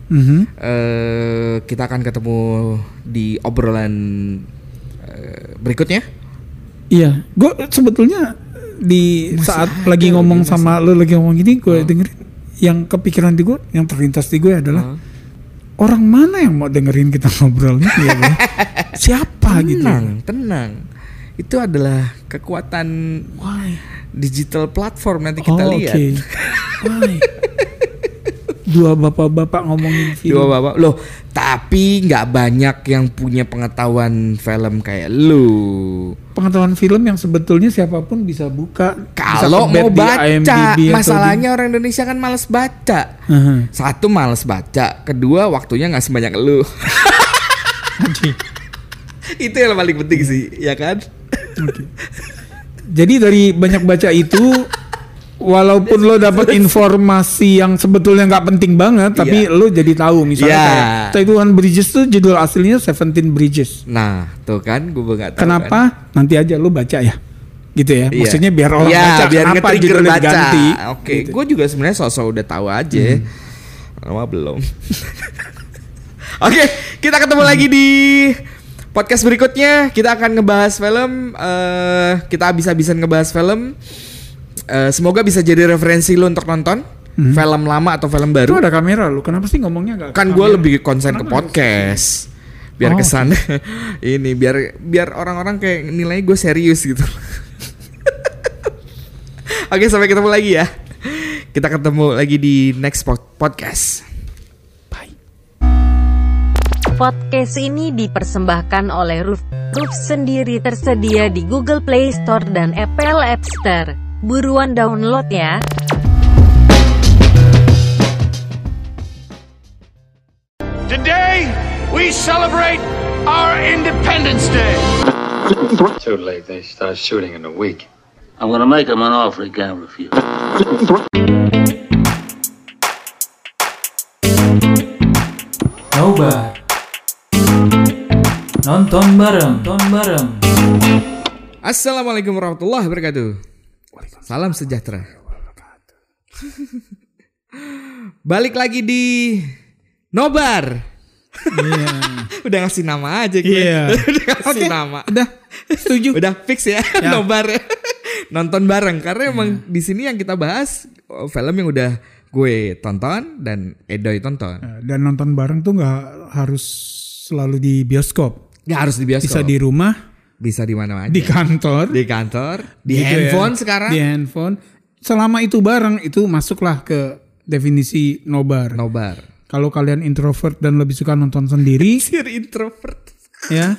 Kita akan ketemu di obrolan berikutnya. Iya, gue sebetulnya saat lagi ngomong sama lo lagi ngomong gini, gue dengerin yang kepikiran di gue, yang terlintas di gue adalah orang mana yang mau dengerin kita ngobrol ini ya, siapa tenang itu adalah kekuatan digital platform, nanti kita lihat. dua bapak-bapak ngomongin film. Dua bapak loh, tapi nggak banyak yang punya pengetahuan film kayak lu. Pengetahuan film yang sebetulnya siapapun bisa buka. Kalau bisa mau di baca, IMDb masalahnya orang Indonesia kan males baca. Satu males baca, kedua waktunya nggak sebanyak lu. Itu yang paling penting sih, ya kan? Okay. Jadi dari banyak baca itu, walaupun lo dapat informasi yang sebetulnya nggak penting banget, tapi lo jadi tahu misalnya kayak 21 Bridges tuh judul aslinya 17 Bridges. Nah, tuh kan gue nggak tahu. Kenapa? Kan? Nanti aja lo baca ya, gitu ya. Maksudnya biar orang baca, biar kenapa judulnya baca. Diganti. Oke, gitu. Gue juga sebenarnya sosok udah tahu aja. Lama belum. Oke, kita ketemu lagi di podcast berikutnya. Kita akan ngebahas film. Kita habis-habisan ngebahas film. Semoga bisa jadi referensi lu untuk nonton film lama atau film baru. Itu ada kamera lu. Kenapa sih ngomongnya nggak? Kan gue lebih konsen ke podcast. Biar kesana ini biar orang-orang kayak nilai gue serius gitu. Oke, sampai ketemu lagi ya. Kita ketemu lagi di next podcast. Podcast ini dipersembahkan oleh Roof. Roof sendiri tersedia di Google Play Store dan Apple App Store. Buruan download ya. Today we celebrate our Independence Day. Too late. They start shooting in a week. I'm gonna make him an offer he can't refuse. Nobar. Nonton bareng. Assalamualaikum warahmatullahi wabarakatuh. Salam sejahtera. Balik lagi di Nobar. Udah ngasih nama aja gue. Udah ngasih nama. Udah setuju. Udah fix ya. Nobar. Nonton bareng karena emang di sini yang kita bahas film yang udah gue tonton dan Edoy tonton. Dan nonton bareng tuh nggak harus selalu di bioskop. Nggak harus di bioskop. Bisa di rumah. Bisa di mana aja. Di kantor. Di gitu handphone ya. Sekarang. Di handphone. Selama itu bareng itu masuklah ke definisi nobar. Kalau kalian introvert dan lebih suka nonton sendiri. Sir introvert. Ya.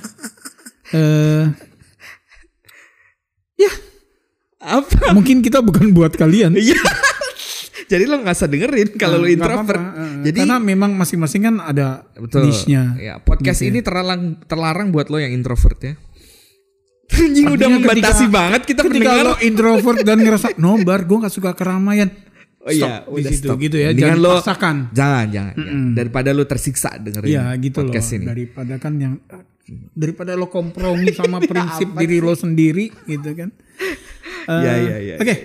Ya. Apa? Mungkin kita bukan buat kalian. Iya. Jadi lo nggak usah dengerin kalau lo introvert. Jadi karena memang masing-masing kan ada niche-nya. Ya, podcast gitu ini terlarang buat lo yang introvert ya. Anjing udah membatasi banget kita ketika pendengar. Lo introvert dan ngerasa nobar, gue nggak suka keramaian. Oh iya, udah stop. Gitu ya. Jangan lo paksakan. Jangan. Daripada lo tersiksa dengerin gitu podcast loh, ini. Daripada lo kompromi sama prinsip diri lo sendiri gitu kan. Iya. Oke.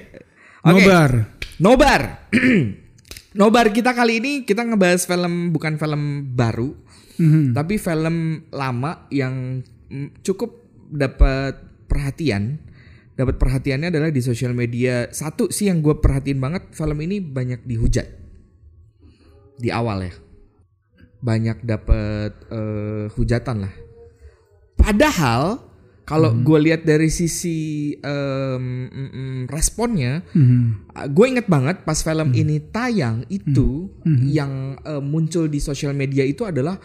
Nobar. Nobar kita kali ini kita ngebahas bukan film baru, tapi film lama yang cukup dapat perhatian. Dapat perhatiannya adalah di sosial media. Satu sih yang gue perhatiin banget, film ini banyak dihujat di awal ya. Banyak dapat hujatan lah. Padahal kalau gue lihat dari sisi responnya, gue inget banget pas film ini tayang itu yang muncul di sosial media itu adalah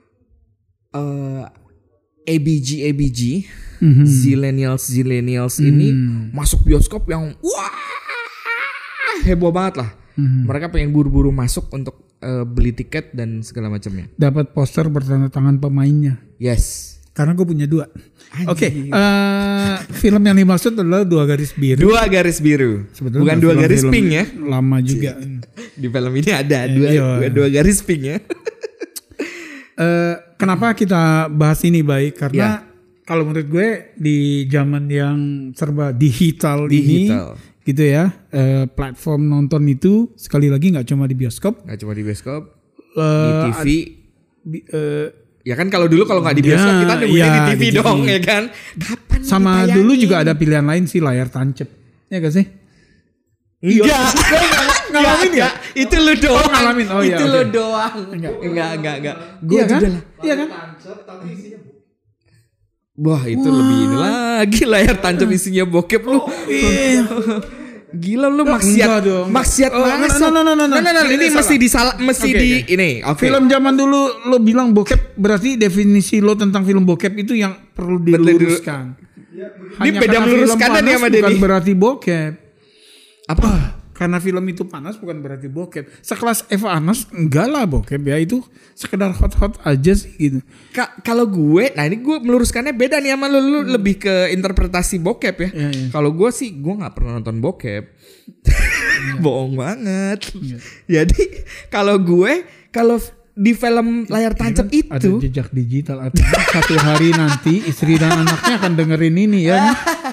ABG, Zillennials ini masuk bioskop yang wah heboh banget lah. Mereka pengen buru-buru masuk untuk beli tiket dan segala macamnya. Dapat poster bertanda tangan pemainnya. Yes. Karena gue punya 2. Oke. Film yang dimaksud adalah 2 garis biru. 2 garis biru. Sebetulnya bukan 2 garis pink ya. Lama juga. Di film ini ada 2 garis pink ya. Kenapa kita bahas ini baik? Karena kalau menurut gue di zaman yang serba digital ini gitu ya, platform nonton itu sekali lagi nggak cuma di bioskop. Nggak cuma di bioskop, di TV. Ya kan kalau dulu kalau nggak di bioskop kita nungguin di TV dong ya kan. Kapan sama dulu juga ada pilihan lain sih, layar tancap. Ya gak sih? Enggak. Ngalamin ya? Itu lu doang. Ngalamin. Oh iya. Itu lu doang. Enggak. Gue juga kan? lah. Iya kan? Wah, itu lebih ini lagi layar tancap isinya bokep lu. Iya. Gila lu enggak maksiat dong. maksiat masuk. Ini mesti di ini. Oke. Film zaman dulu lo bilang bokep, berarti definisi lo tentang film bokep itu yang perlu diluruskan. Ini beda karena meluruskan film nih panas sama bukan Denny. berarti bokep. Apa? Karena film itu panas bukan berarti bokep. Sekelas Eva Arnaz enggak lah bokep ya, itu sekedar hot aja sih gitu. Kalau gue, nah ini gue meluruskannya beda nih sama lu lebih ke interpretasi bokep ya. Iya. Kalau gue sih gue nggak pernah nonton bokep. Bohong banget. Jadi kalau di film layar tancap Ada itu jejak digital, artinya satu hari nanti istri dan anaknya akan dengerin ini ya.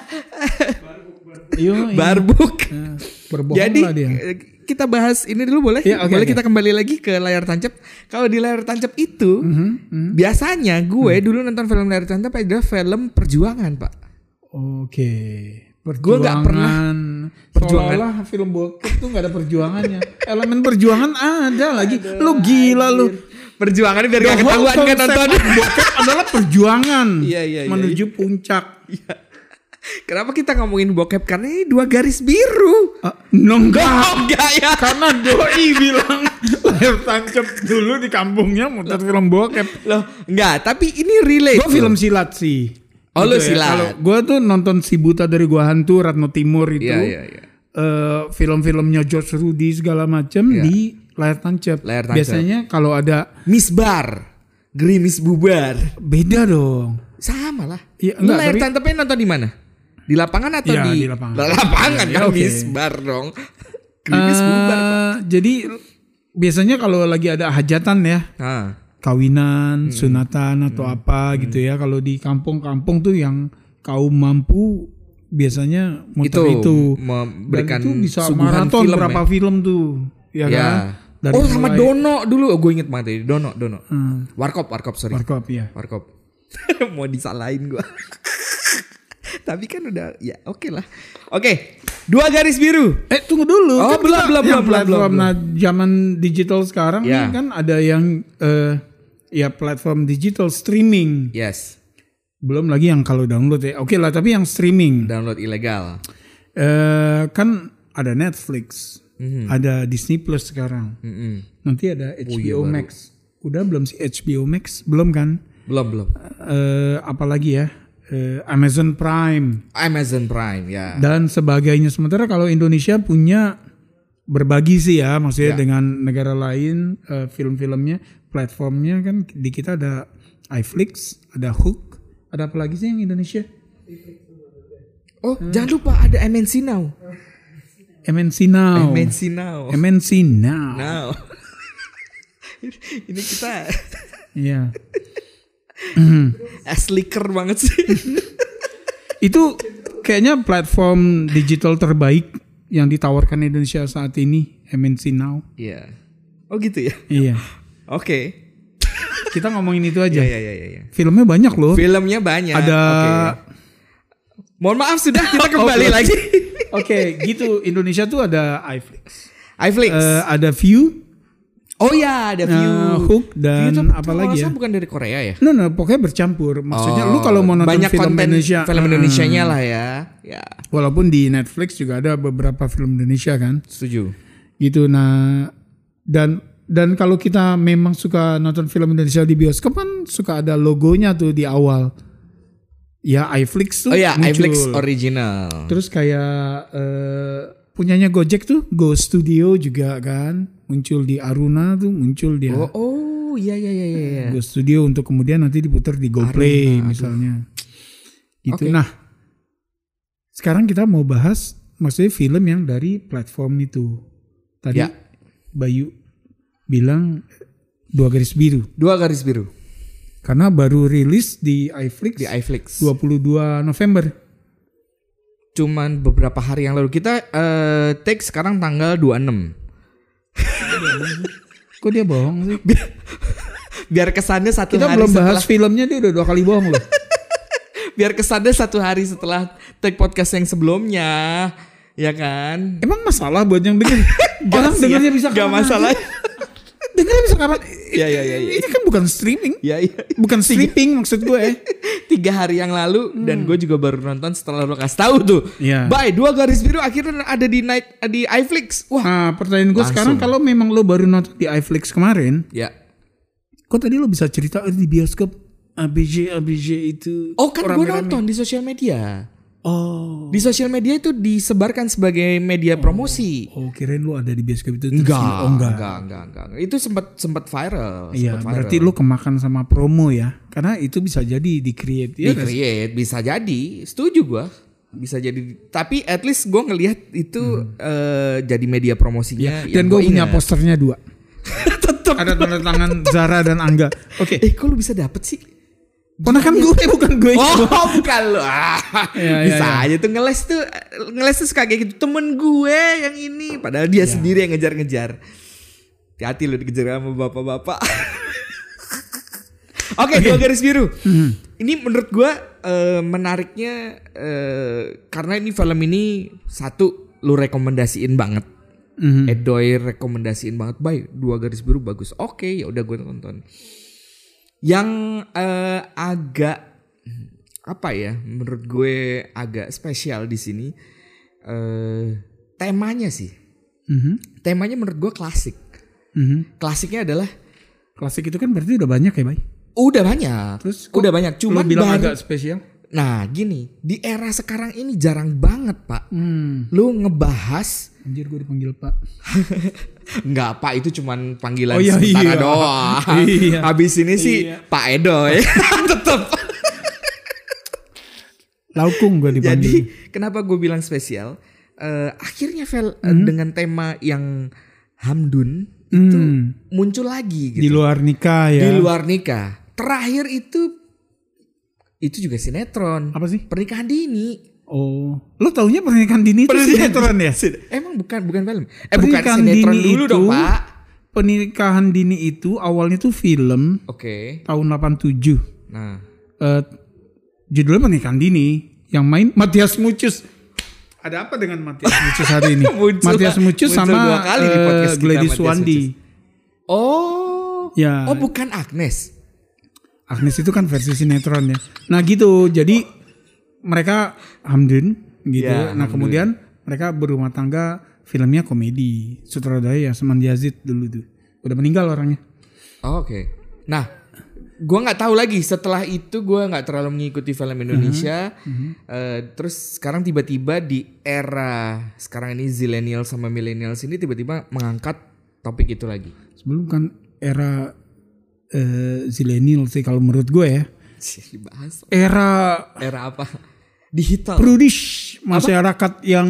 Iya. barbuk. Berbohong Jadi lah dia. kita bahas ini dulu boleh? Ya, oke, Boleh oke. kita kembali lagi ke layar tancap. Kalau di layar tancap itu biasanya gue dulu nonton film layar tancap adalah film perjuangan, Pak. Oke. Gue nggak pernah perjuangan. Seolah-olah film bokep tuh nggak ada perjuangannya. Elemen perjuangan ada lagi. Lu gila lu. Perjuangan biar gak ketahuan kan nonton. Bokep adalah perjuangan Iya, menuju puncak. Kenapa kita ngomongin bokep? Karena ini 2 garis biru. Enggak. Enggak ya. Karena doi bilang layar tancap dulu di kampungnya muter film bokep. Loh, enggak, tapi ini relate. Gue film silat sih. Oh, lu Gitu ya. silat. Kalau gue tuh nonton Si Buta dari Gua Hantu, Ratno Timur itu. Iya. Film-filmnya George Rudy segala macam di layar tancap. Layar tancap. Biasanya kalau ada Misbar, gerimis bubar. beda dong. Sama lah. Iya, Lu enggak, layar tapi- tancapnya nonton di mana? Di lapangan atau Iya, di di lapangan. Lapangan Iya, kan oke. misbar dong. Gerimis bubar, Pak. Jadi biasanya kalau lagi ada hajatan ya, kawinan, sunatan atau apa gitu ya. Kalau di kampung-kampung tuh yang kaum mampu biasanya muter itu. memberikan Dan itu bisa suguhan maraton film berapa ya. film tuh, ya Ya. kan? Dari Oh sama mulai- Dono dulu, gue inget banget ya. Dono. Warkop sorry. Warkop ya. Warkop. Mau disalahin gue. Tapi kan udah ya oke lah. Oke, 2 garis biru. Tunggu dulu. Oh, Kan belum, kita- belum, yang belum, platform belum. nah, zaman digital sekarang Ya. nih kan ada yang ya platform digital streaming. Yes. Belum lagi yang kalau download ya. Oke lah, tapi yang streaming. Download ilegal. Kan ada Netflix, ada Disney Plus sekarang. Nanti ada HBO baru. Max. Udah belum sih HBO Max? Belum kan? Belum. Apalagi ya? Amazon Prime Amazon Prime ya. dan sebagainya. Sementara kalau Indonesia punya berbagi sih ya, maksudnya Ya. dengan negara lain film-filmnya, platformnya kan di kita ada iFlix, ada Hook, ada apa lagi sih yang Indonesia? Oh, jangan lupa ada MNC Now. MNC Now. MNC Now. MNC Now. Now. Ini kita Iya. slicker banget sih. Itu kayaknya platform digital terbaik yang ditawarkan Indonesia saat ini, MNC Now. Iya. Oh gitu ya. Iya. Oke. Kita ngomongin itu aja. Iya. Filmnya banyak loh. Filmnya banyak. Ada Oke. Mohon maaf sudah kita kembali lagi. Oke, gitu. Indonesia tuh ada iFlix. iFlix. Ada View, Oh ya, ada View. Hook, dan View tuh apa lagi ya? bukan dari Korea ya? No, pokoknya bercampur. Maksudnya lu kalau mau nonton banyak film konten Indonesia, film Indonesianya lah ya. Ya, walaupun di Netflix juga ada beberapa film Indonesia kan. setuju. Gitu. Nah, dan kalau kita memang suka nonton film Indonesia di bioskop kan suka ada logonya tuh di awal. Ya, iFlix tuh Oh ya, muncul. iFlix original. Terus kayak punyanya Gojek tuh Go Studio juga kan muncul di Aruna tuh, muncul dia. Oh, iya. Go Studio untuk kemudian nanti diputar di GoPlay misalnya. Gitu. Oke. Nah, sekarang kita mau bahas maksudnya film yang dari platform itu. Tadi Ya. Bayu bilang 2 garis biru 2 garis biru karena baru rilis di iFlix di iFlix. 22 November. Cuman beberapa hari yang lalu kita take sekarang tanggal 26. Kok dia bohong sih? Biar kesannya satu Kita hari belum setelah bahas filmnya, dia udah 2 kali bohong loh. biar kesannya 1 hari setelah take podcast yang sebelumnya, ya kan? Emang masalah buat yang denger? Orang Pasti ya, dengernya bisa gak kemana masalah. aja. Dengar kita bisa kapan? Iya. Ini kan bukan streaming. Iya. Bukan stripping maksud gue. 3 hari yang lalu dan gue juga baru nonton setelah lo kasih tahu tuh. Iya. Bye, 2 garis biru akhirnya ada di iFlix. Wah. Nah, pertanyaan gue Langsung. sekarang kalau memang lo baru nonton di iFlix kemarin, Ya. kok tadi lo bisa cerita di bioskop ABG itu? Oh kan gue rame-rame. nonton di sosial media. Oh. Di sosial media itu disebarkan sebagai media promosi. Oh, kirain lo ada di bioskop itu. Enggak, Oh, enggak. Itu sempat viral. Iya, sempat berarti viral. lo kemakan sama promo ya. Karena itu bisa jadi di-create ya. Di-create, bisa jadi. Setuju gua. Bisa jadi. Tapi at least gua ngelihat itu jadi media promosinya. Dan gue punya posternya 2. Tetep. Ada tanda tangan Zara dan Angga. Oke. Kok lu bisa dapet sih? Ponakan gue bukan gue. Oh, bukan lu. Iya, Bisa iya. aja tuh ngeles tuh suka kayak gitu. Temen gue yang ini, padahal dia sendiri yang ngejar-ngejar. Hati-hati lu dikejar sama bapak-bapak. Oke, 2 garis biru. Ini menurut gue menariknya karena ini film ini satu lu rekomendasiin banget. Edoy rekomendasiin banget, Bay, 2 garis biru bagus. Oke, ya udah gue tonton. Yang agak apa ya, menurut gue agak spesial di sini temanya sih. Temanya menurut gue klasik. Klasiknya adalah Klasik itu kan berarti udah banyak ya, Bay? udah banyak. Terus udah banyak. Cuma Cuman bilang baru, agak spesial. nah gini, di era sekarang ini jarang banget Pak. Lu ngebahas. Anjir gue dipanggil Pak. Enggak Pak, itu cuman panggilan Oh, iya, sementara iya. doang. Iya. Habis ini sih Iya. Pak Edoy. Tetep. Laukung gue dipanggil. Jadi kenapa gue bilang spesial? Akhirnya dengan tema yang Hamdun itu muncul lagi gitu. Di luar nikah ya. Di luar nikah. Terakhir itu juga sinetron. Apa sih? Pernikahan dini. Oh, lo taunya pernikahan dini itu sinetron ya? Emang bukan film. Bukan Pernikahan sinetron dini dulu itu, dong, Pak. Pernikahan dini itu awalnya tuh film Oke. tahun 87. Nah, Judulnya Pernikahan Dini. Yang main Matias Mucus. Ada apa dengan Matias Mucus hari ini? Matias Mucus muncul sama 2 kali di podcast kita, Gladys Matias Wandi. Mucus. Oh. Ya. Oh, bukan Agnes. Agnes itu kan versi sinetron ya. Nah gitu, jadi mereka Hamdun gitu. Ya, Nah Hamdun. kemudian mereka berumah tangga, filmnya komedi. Sutradara ya Seman Yazid dulu tuh. Udah meninggal orangnya. Oh, oke. Nah, gue nggak tahu lagi. Setelah itu gue nggak terlalu mengikuti film Indonesia. Terus sekarang tiba-tiba di era sekarang ini zillennial sama millennials ini tiba-tiba mengangkat topik itu lagi. Sebelum kan era zillennial sih kalau menurut gue ya. Dibahas. Era Era apa? Digital. prudish, masyarakat yang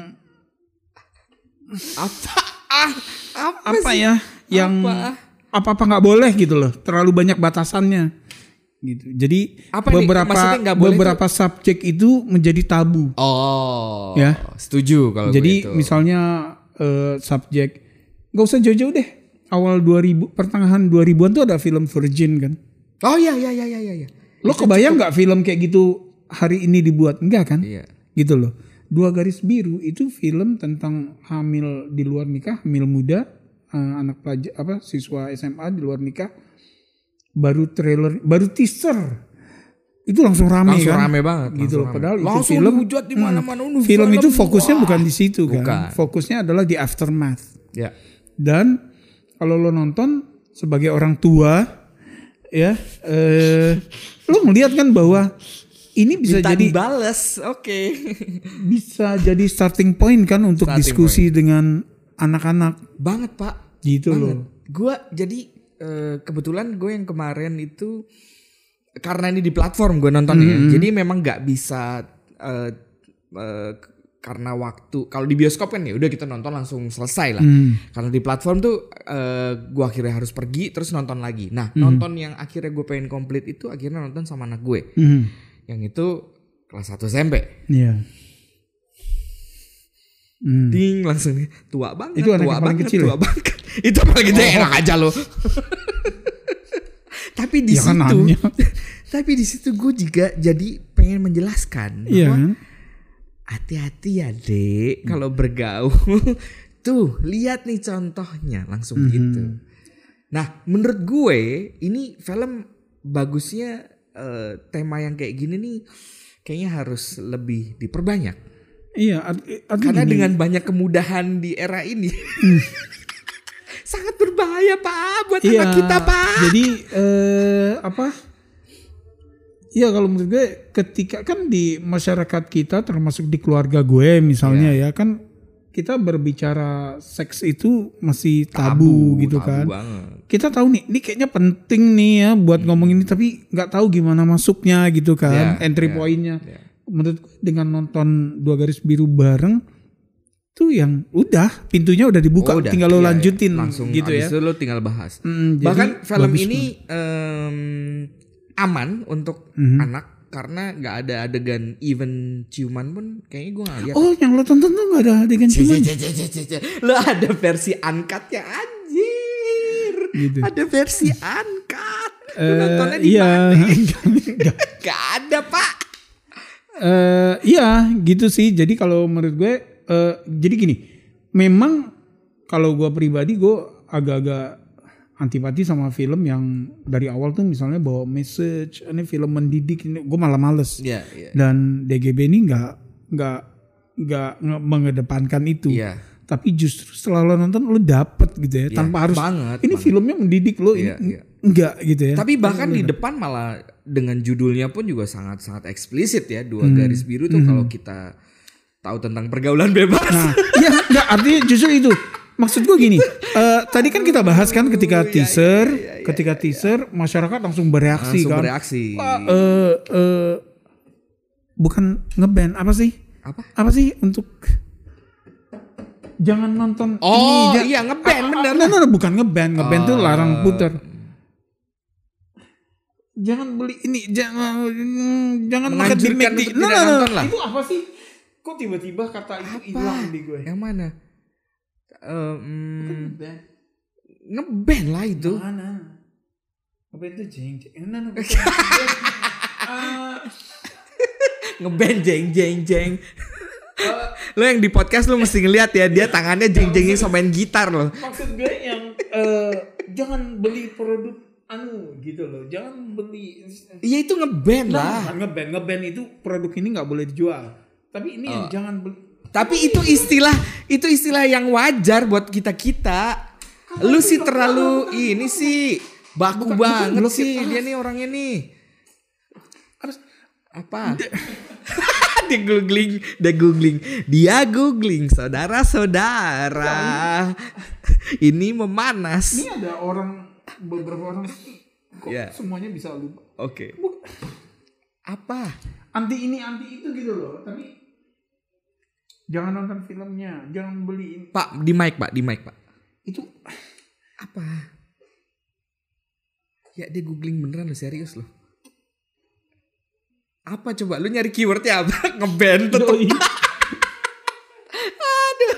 Apa? Apa apa sih? ya? Yang apa-apa nggak boleh gitu loh. Terlalu banyak batasannya. Gitu. Jadi Apa ini? Maksudnya nggak boleh beberapa subjek itu menjadi tabu. Oh. Ya. Setuju kalau Jadi gue itu. misalnya subjek nggak usah jauh-jauh deh. Awal 2000 pertengahan 2000-an tuh ada film Virgin kan. Oh iya. Lo kebayang nggak film kayak gitu hari ini dibuat? Enggak kan? Iya. Gitu loh. 2 garis biru itu film tentang hamil di luar nikah, hamil muda, anak pelajar siswa SMA di luar nikah. Baru trailer, baru teaser. Itu langsung rame Langsung kan? rame banget. Gitu loh. rame. Padahal itu langsung film dihujat di mana-mana. film itu fokusnya bukan di situ kan. Bukan. Fokusnya adalah di aftermath. Ya. Dan kalau lo nonton sebagai orang tua ya lo ngeliat kan bahwa ini bisa Minta jadi dibales. Oke. bisa jadi starting point kan untuk Starting diskusi dengan anak-anak Banget, Pak. gitu Banget. loh. Gue jadi kebetulan gue yang kemarin itu karena ini di platform gue nonton ya. Jadi memang nggak bisa karena waktu kalau di bioskop kan ya udah kita nonton langsung selesai lah. Karena di platform tuh gue akhirnya harus pergi terus nonton lagi. Nah nonton yang akhirnya gue pengen komplit itu akhirnya nonton sama anak gue. Yang itu kelas 1 SMP. Iya. Ding langsung tua banget. Itu anak tua yang paling banget, kecil tua ya? banget. Itu paling kecil enak aja lo. Tapi di Ya kan situ, nanya. tapi di situ gue juga jadi pengen menjelaskan Iya bahwa kan? hati-hati ya dek kalau bergaul. Tuh lihat nih contohnya langsung gitu. Nah, menurut gue ini film bagusnya tema yang kayak gini nih kayaknya harus lebih diperbanyak. Iya, Karena gini. dengan banyak kemudahan di era ini sangat berbahaya Pak buat Iya, anak kita Pak. jadi Iya kalau menurut gue ketika kan di masyarakat kita termasuk di keluarga gue misalnya ya kan kita berbicara seks itu masih tabu gitu kan. Banget. Kita tahu nih, ini kayaknya penting nih ya buat ngomong ini tapi nggak tahu gimana masuknya gitu kan, entry point-nya. Menurut gue dengan nonton Dua Garis Biru bareng tuh yang udah pintunya udah dibuka, tinggal lo lanjutin langsung gitu ya. Abis itu lo tinggal bahas. Jadi Bahkan film bagus ini aman untuk anak karena nggak ada adegan even ciuman pun kayaknya gue nggak lihat. Oh yang lo tonton tuh nggak ada adegan ciuman. Lo ada versi uncut-nya anjir. Gitu. Ada versi uncut. Lo nontonnya di mana? Gak ada Pak. Iya gitu sih. Jadi kalau menurut gue jadi gini. Memang kalau gue pribadi gue agak-agak antipati sama film yang dari awal tuh misalnya bawa message, ini film mendidik, ini gue malah males. Dan DGB ini nggak mengedepankan itu. Tapi justru setelah lo nonton lo dapet gitu ya, tanpa harus ini filmnya mendidik lo, ini enggak gitu ya. Tapi bahkan di depan malah dengan judulnya pun juga sangat eksplisit ya, Dua Garis Biru tuh kalau kita tahu tentang pergaulan bebas. Nah, iya enggak, artinya justru itu. Maksud gue gini, tadi kan kita bahas kan ketika teaser, masyarakat langsung bereaksi kan. Bukan nge-ban, apa sih? Apa sih untuk jangan nonton ini. Iya nge-ban bener. No, bukan nge-ban tuh larang putar. Jangan beli ini, jangan makan di McD. Nah, itu apa sih? Kok tiba-tiba kata itu hilang di gue? Yang mana? Nge-ban lah itu. Mana? Apa itu jeng? Nge-ban jeng. Lo yang di podcast lo mesti ngeliat ya, dia tangannya jeng-jengin sama main gitar lo. Maksud gue yang jangan beli produk gitu loh. Jangan beli. Iya itu nge-ban lah. Nge-ban itu produk ini nggak boleh dijual. Tapi ini yang jangan beli. Tapi itu istilah yang wajar buat kita. Lu sih terlalu ini sih baku banget sih dia nih orangnya nih. Apa? Dia googling saudara-saudara. Ini memanas. Ini ada beberapa orang kok semuanya bisa lupa. Oke. Apa? Anti ini anti itu gitu loh. Tapi jangan nonton filmnya, jangan beli. Pak, di mic Pak. Itu apa? Ya dia googling beneran lo, serius lo. Apa coba lu nyari keywordnya apa? Nge-ban tetep. Aduh.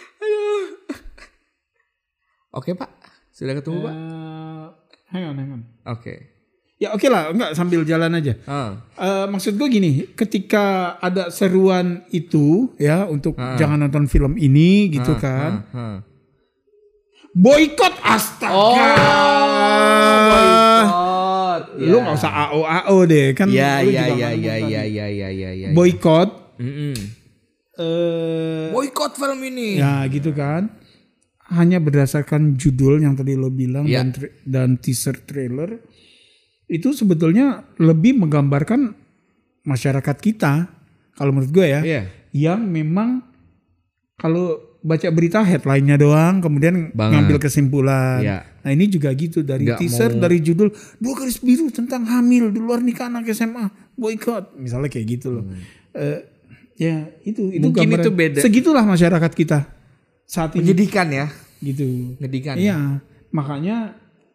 Oke Pak, sudah ketemu Pak? Hang on. Oke. Ya oke lah, enggak sambil jalan aja. Maksud gue gini, ketika ada seruan itu ya untuk jangan nonton film ini gitu kan. Boykot, astaga. Boykot. Lu nggak usah AO deh kan. Iya. Boykot. Boykot film ini. Ya gitu kan. Hanya berdasarkan judul yang tadi lo bilang dan teaser trailer. Itu sebetulnya lebih menggambarkan masyarakat kita kalau menurut gue ya, yang memang kalau baca berita headline-nya doang kemudian ngambil kesimpulan. Nah ini juga gitu dari teaser, dari judul Dua Garis Biru tentang hamil di luar nikah anak SMA, boykot misalnya kayak gitu loh. Ya itu mungkin gambaran, itu beda. Segitulah masyarakat kita saat ini. Menyedihkan ya. Gitu. Menyedihkan. Iya, makanya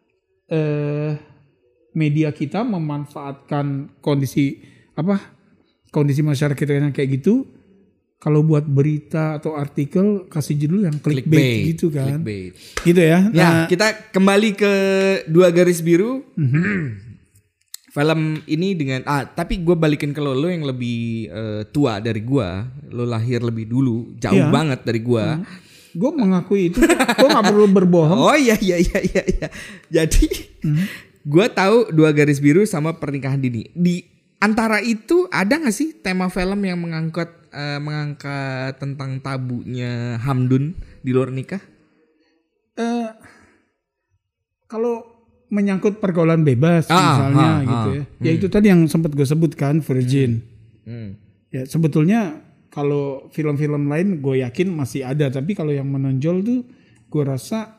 media kita memanfaatkan kondisi masyarakat yang kayak gitu. Kalau buat berita atau artikel kasih judul yang clickbait gitu kan. Gitu ya. Ya, kita kembali ke Dua Garis Biru. Film ini tapi gue balikin ke lo yang lebih tua dari gue. Lo lahir lebih dulu, jauh banget dari gue. Gue mengakui itu. Gue nggak perlu berbohong. Oh iya. Jadi gue tahu 2 Garis Biru sama Pernikahan Dini. Di antara itu ada nggak sih tema film yang mengangkat tentang tabunya Hamdun di luar nikah? Kalau menyangkut pergaulan bebas misalnya gitu ya. Ya itu tadi yang sempat gue sebutkan, Virgin. Ya sebetulnya kalau film-film lain gue yakin masih ada, tapi kalau yang menonjol tuh gue rasa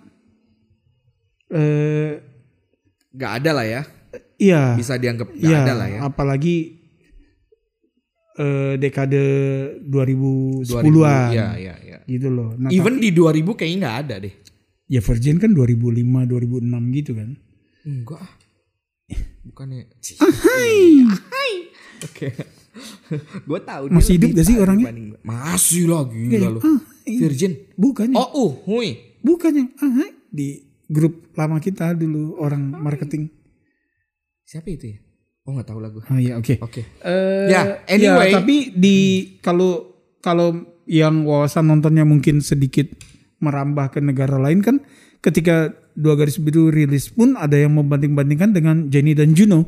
Gak ada lah ya. iya. Bisa dianggap gak ada lah ya. Apalagi dekade 2010-an. Iya. Gitu loh. Nah, Even di 2000 kayaknya gak ada deh. ya Virgin kan 2005 2006 gitu kan. Enggak. Bukannya. Oke. Gue tahu dia Masih hidup lebih gak sih tar orangnya? dibanding gue. Masih lah gila lu. Virgin. Bukannya. Hui. Bukannya. Di grup lama kita dulu orang marketing. Siapa itu ya? Oh nggak tahu lah gue. Ah ya oke. Oke. Ya, Anyway. tapi kalau yang wawasan nontonnya mungkin sedikit merambah ke negara lain kan, ketika 2 Garis Biru rilis pun ada yang membanding-bandingkan dengan Jenny dan Juno.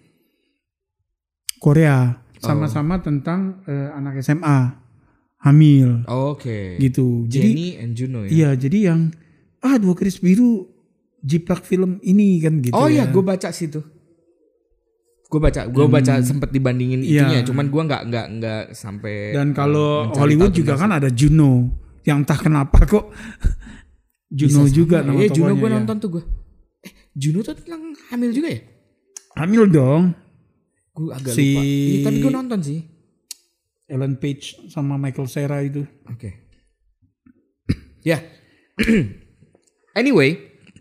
Korea. Sama-sama tentang anak SMA hamil. Oke. Gitu. Jenny and Juno ya. Iya, jadi yang 2 Garis Biru jiplak film ini kan gitu. Oh ya. iya, gue baca situ. Gue baca sempet dibandingin itunya, cuman gue nggak sampai. Dan kalau mencari Hollywood tahu juga tentang kan ada Juno, yang entah kenapa kok Juno juga nama tokohnya. Juno gue ya. nonton tuh gue. Juno tuh tentang hamil juga ya? Hamil dong. Gue agak Si- lupa. Iya, tapi gue nonton sih. Ellen Page sama Michael Cera itu. Oke. Ya. Anyway,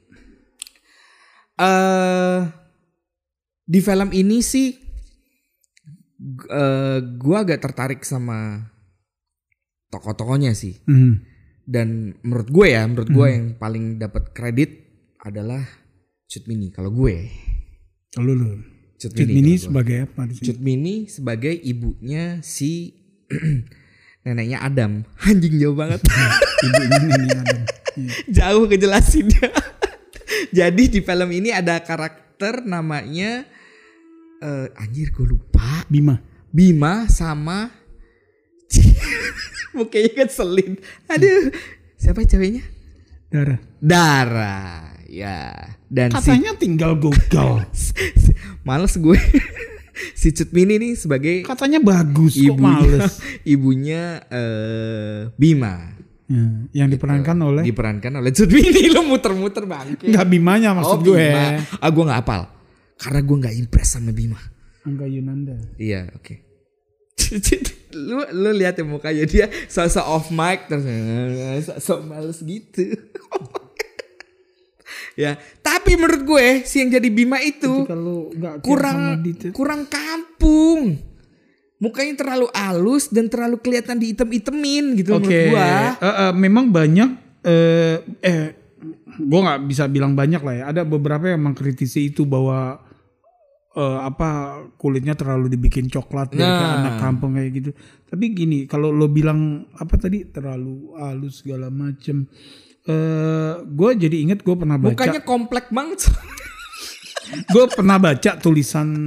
di film ini sih gue agak tertarik sama tokoh-tokohnya sih. Dan menurut gue yang paling dapat kredit adalah Cut Mini kalau gue. Lu. Cut Cut Mini Mini kalau gue. sebagai apa di sini? Cut Mini sebagai ibunya si neneknya Adam. Anjing jauh banget. Ibunya Neni Adam. Iya. Jauh kejelasinnya. Jadi di film ini ada karakter namanya anjir gue lupa. Bima sama mukanya keselin. Aduh, siapa ceweknya? Dara. Ya. Dan Katanya tinggal Google. males gue. Si Cut Mini nih sebagai Katanya bagus kok males. ibunya Bima. Ya, yang diperankan oleh Cut Mini. Lo muter-muter bangke. enggak Bimanya maksud gue. Bima. Gue gak hafal karena gue gak impress sama Bima. Angga Yunanda. Iya oke. Lu lihat ya mukanya dia so off mic terus so males gitu. Ya tapi menurut gue si yang jadi Bima itu Kalau enggak sama Dita. kurang kampung. Mukanya terlalu halus dan terlalu kelihatan diitem-itemin gitu menurut gue. Memang banyak gue nggak bisa bilang banyak lah ya. Ada beberapa yang mengkritisi itu bahwa kulitnya terlalu dibikin coklat biar kayak anak kampung kayak gitu. Tapi gini, kalau lo bilang apa tadi terlalu halus segala macem, gue jadi inget gue pernah baca. Mukanya komplek banget. Gue pernah baca tulisan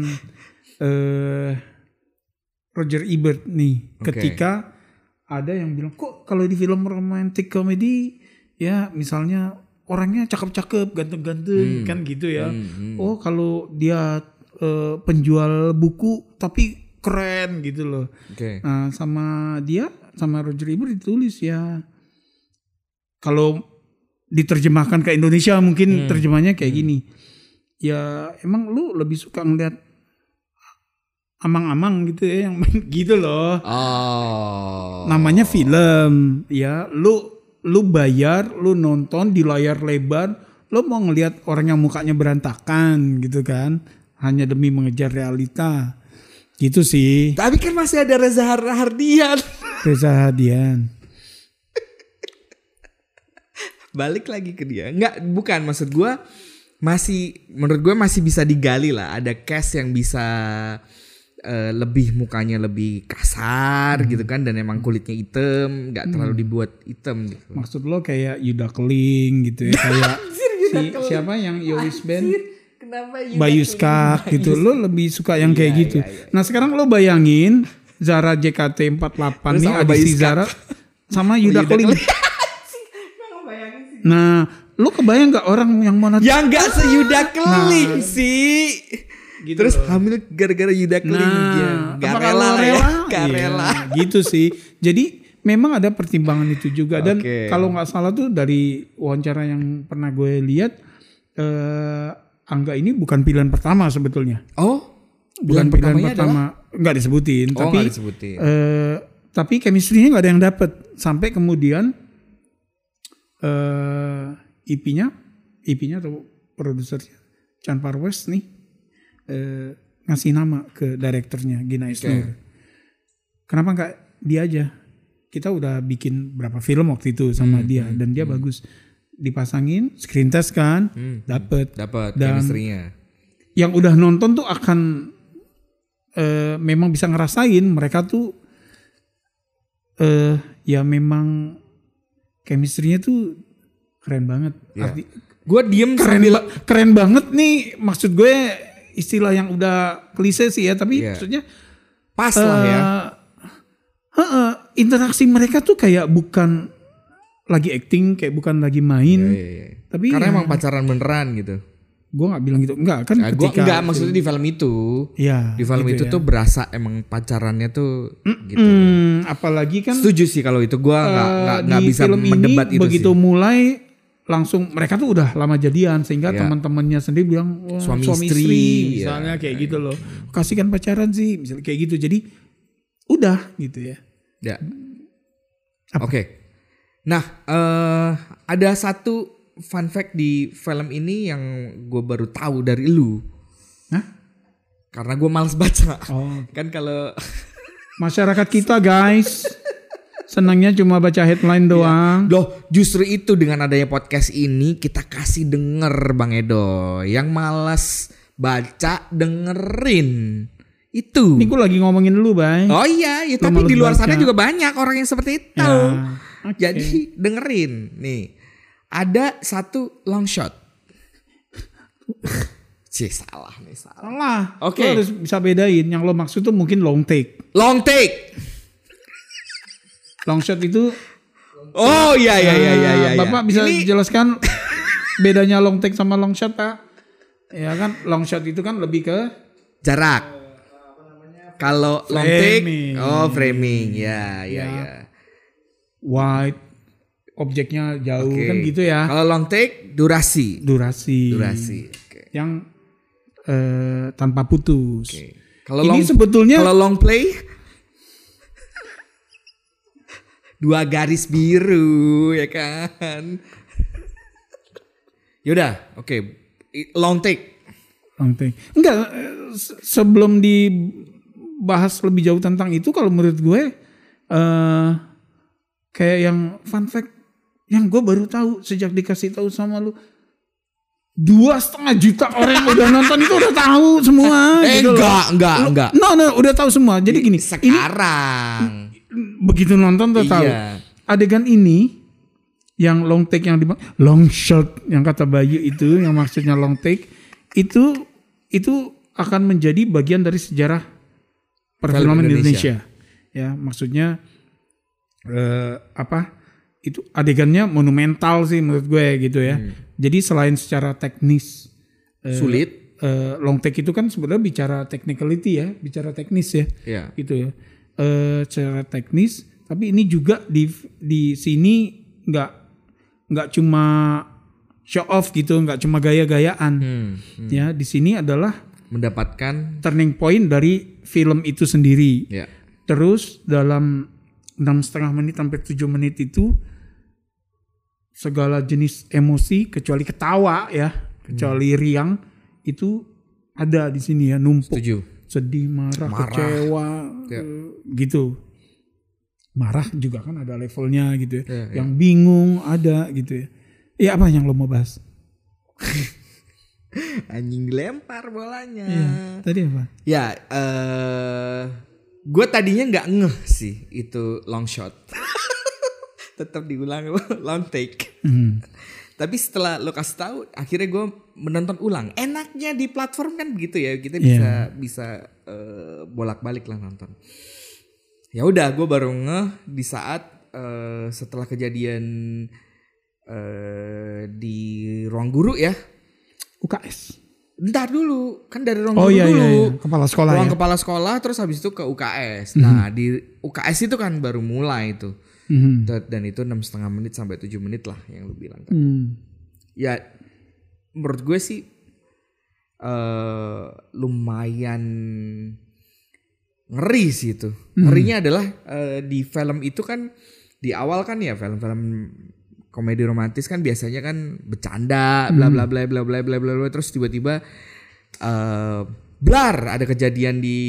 Roger Ebert nih, ketika ada yang bilang kok kalau di film romantic comedy ya misalnya orangnya cakep-cakep, ganteng-ganteng kan gitu ya. Oh kalau dia penjual buku tapi keren gitu loh. Nah sama Roger Ebert ditulis ya. Kalau diterjemahkan ke Indonesia mungkin terjemahnya kayak gini. Ya emang lu lebih suka ngeliat amang-amang gitu ya yang main gitu loh. Namanya film ya. Lu bayar, lu nonton di layar lebar, lu mau ngelihat orang yang mukanya berantakan gitu kan, hanya demi mengejar realita. Gitu sih. Tapi kan masih ada Reza Hardian. Balik lagi ke dia. Bukan maksud gue menurut gue masih bisa digali lah. Ada cast yang bisa lebih mukanya lebih kasar gitu kan, dan emang kulitnya hitam, nggak terlalu dibuat hitam gitu. Maksud lo kayak Yuda Keling gitu ya, kayak siapa yang Yowis Band, Bayu Skak gitu. Lo lebih suka yang kayak gitu. Nah sekarang lo bayangin Zara JKT48 Terus nih, sama Adi Bayu si Skak. Zara sama Yuda Keling. Nah, lo kebayang nggak orang yang mana? Ya nggak seyuda Keling sih. Gitu Terus loh. hamil gara-gara Yuda Keling. Nah, Gak apakah rela lo lah ya. rela? Gak Iya, rela. gitu sih. Jadi memang ada pertimbangan itu juga. Dan Oke. kalau nggak salah tuh dari wawancara yang pernah gue lihat, Angga ini bukan pilihan pertama sebetulnya. Oh, Bukan pilihan pertamanya pertama, nggak disebutin. Oh, tapi nggak disebutin. Tapi chemistry-nya nggak ada yang dapet. Sampai kemudian IP-nya atau produsernya Chan Parwes nih ngasih nama ke direkturnya Gina Isnur. Kenapa nggak dia aja? Kita udah bikin berapa film waktu itu sama dia dan dia bagus. Dipasangin screen test kan, dapet Dan chemistry-nya. yang udah nonton tuh akan memang bisa ngerasain mereka tuh ya memang chemistry-nya tuh keren banget. Ya. Gue diem Keren banget nih, maksud gue istilah yang udah klise sih ya, tapi Iya. maksudnya pas lah ya. Interaksi mereka tuh kayak bukan lagi acting, kayak bukan lagi main. Iya. Tapi Karena ya, emang pacaran beneran gitu. gue nggak bilang gitu, enggak kan Nah, gua ketika enggak maksudnya di film itu. ya, Di film gitu itu ya. tuh berasa emang pacarannya tuh gitu. Apalagi kan Setuju sih kalau itu, gue nggak di bisa film mendebat ini itu begitu sih. mulai langsung mereka tuh udah lama jadian sehingga Iya. teman-temannya sendiri bilang wah, Suami suami istri, istri iya. misalnya kayak gitu loh, kasihkan pacaran sih misalnya kayak gitu, jadi udah gitu ya. Ya. Oke. Nah, ada satu fun fact di film ini yang gue baru tahu dari lu. Hah? Karena gue males baca. Oh. Kan kalau Masyarakat kita guys senangnya cuma baca headline doang. Loh, justru itu dengan adanya podcast ini kita kasih denger Bang Edo. Yang malas baca dengerin. Itu. Ini gue lagi ngomongin dulu, Bay. Oh iya, ya, Lu tapi males di luar sana baca. juga banyak orang yang seperti itu. Ya, oke. Jadi dengerin nih. Ada satu long shot. Cih, salah nih, salah. Salah. Oke. Lo harus bisa bedain. Yang lo maksud tuh mungkin long take. Long take. Long shot itu Oh iya. Bapak bisa Ini jelaskan bedanya long take sama long shot, Pak? Ya kan long shot itu kan lebih ke jarak. Kalau long take, Framing. framing. Ya. wide, objeknya jauh Oke. kan gitu ya. Kalau long take, durasi. Durasi. Oke. Yang tanpa putus. Oke. Kalau Ini long sebetulnya kalau long play 2 garis biru ya kan. Yaudah, oke. Long take. long take. Enggak, sebelum dibahas lebih jauh tentang itu, kalau menurut gue kayak yang fun fact yang gue baru tahu sejak dikasih tahu sama lu, 2,5 juta orang yang udah nonton itu udah tahu semua. gitu loh. enggak. No, udah tahu semua. Jadi gini, ini Sekarang. begitu nonton tuh tahu. Iya. Adegan ini yang long take yang long shot yang kata Bayu itu, yang maksudnya long take itu akan menjadi bagian dari sejarah perfilman Indonesia. Ya, maksudnya itu adegannya monumental sih menurut gue gitu ya. Jadi selain secara teknis Sulit. long take itu kan sebenarnya bicara technicality ya, bicara teknis ya. Iya. Gitu ya. Secara teknis, tapi ini juga di sini nggak cuma show off gitu, nggak cuma gaya-gayaan. Ya, di sini adalah Mendapatkan turning point dari film itu sendiri. ya. Terus dalam 6,5 menit sampai 7 menit itu segala jenis emosi kecuali ketawa ya, kecuali riang itu ada di sini ya, numpuk. Setuju. Sedih, marah, kecewa, Ya. gitu. Marah juga kan ada levelnya gitu ya. Ya. Yang bingung ada gitu ya. Iya, apa yang lo mau bahas? Anjing lempar bolanya. Iya. Tadi apa? Ya, gue tadinya nggak ngeh sih itu long shot. Tetap diulang long take. Tapi setelah lo kasih tahu, akhirnya gue menonton ulang. Enaknya di platform kan begitu ya, kita bisa bolak-balik lah nonton. Ya udah, gue baru ngeh di saat setelah kejadian di ruang guru ya. UKS. Bentar dulu, kan dari ruang guru Iya, dulu. iya. Kepala sekolah ruang ya. kepala sekolah, terus habis itu ke UKS. Nah di UKS itu kan baru mulai tuh. Dan itu 6,5 menit sampai 7 menit lah yang lu bilang kan. Ya menurut gue sih lumayan ngeri sih itu. Ngerinya adalah di film itu kan di awal kan ya film-film komedi romantis kan biasanya kan bercanda bla bla bla bla bla bla bla, terus tiba-tiba blar ada kejadian di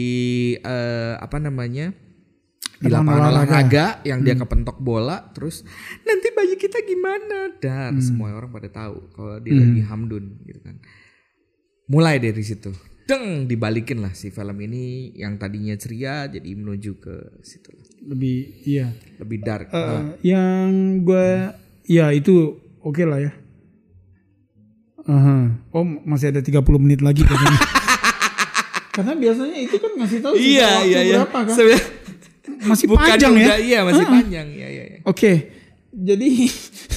di lapangan olahraga yang dia kepentok bola, terus nanti bayi kita gimana, dan semua orang pada tahu kalau dia lagi hamdun gitu kan. Mulai dari situ dibalikin lah si film ini yang tadinya ceria jadi menuju ke situ lebih dark. Yang gue ya itu oke lah ya. Oh masih ada 30 menit lagi katanya. Karena biasanya itu kan ngasih tahu berapa kan. Masih bukan panjang ya? Iya masih panjang. Iya. Oke. Jadi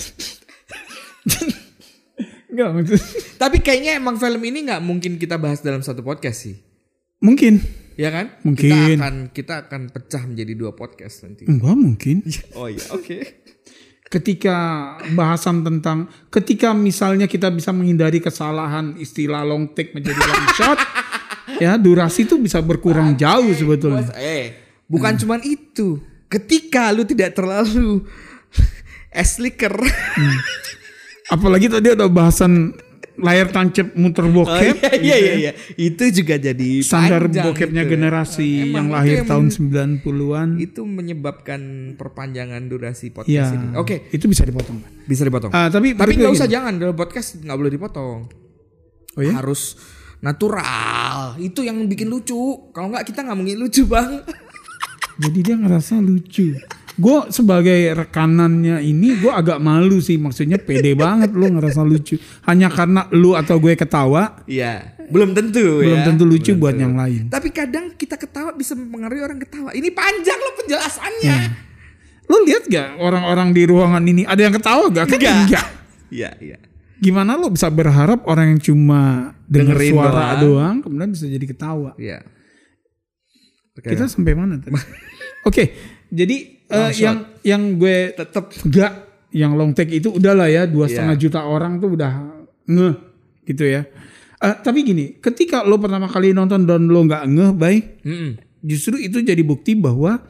enggak maksud. Tapi kayaknya emang film ini nggak mungkin kita bahas dalam satu podcast sih. Mungkin. Ya kan? Mungkin. Kita akan pecah menjadi 2 podcast nanti. Enggak mungkin. Oh iya, oke. Ketika bahasan tentang ketika misalnya kita bisa menghindari kesalahan istilah long take menjadi long shot, ya durasi itu bisa berkurang jauh sebetulnya. Bukan cuman itu. Ketika lu tidak terlalu slicker. Apalagi tadi ada bahasan layar tancap muter bokep. Iya. Itu juga jadi standar bokepnya gitu. Generasi yang lahir tahun 90-an. Itu menyebabkan perpanjangan durasi podcast ini. Oke. Itu bisa dipotong. Bisa dipotong. Tapi nggak usah, jangan. Dalam podcast nggak boleh dipotong. Oh ya? Harus natural. Itu yang bikin lucu. Kalau nggak kita nggak mungkin lucu, Bang. Jadi dia ngerasa lucu. Gue sebagai rekanannya ini gue agak malu sih, maksudnya pede banget lu ngerasa lucu. Hanya karena lu atau gue ketawa. Iya, belum tentu lucu buat yang lain. Tapi kadang kita ketawa bisa mempengaruhi orang ketawa. Ini panjang loh penjelasannya. Lu lihat gak orang-orang di ruangan ini ada yang ketawa gak? Enggak. Iya. Gimana lu bisa berharap orang yang cuma dengerin suara doang kemudian bisa jadi ketawa? Iya. Kita sampai mana tadi? Oke, jadi yang gue tetap gak, yang long take itu udahlah ya 2,5 juta orang tuh udah ngeh gitu ya. Tapi gini, ketika lo pertama kali nonton dan lo nggak ngeh, justru itu jadi bukti bahwa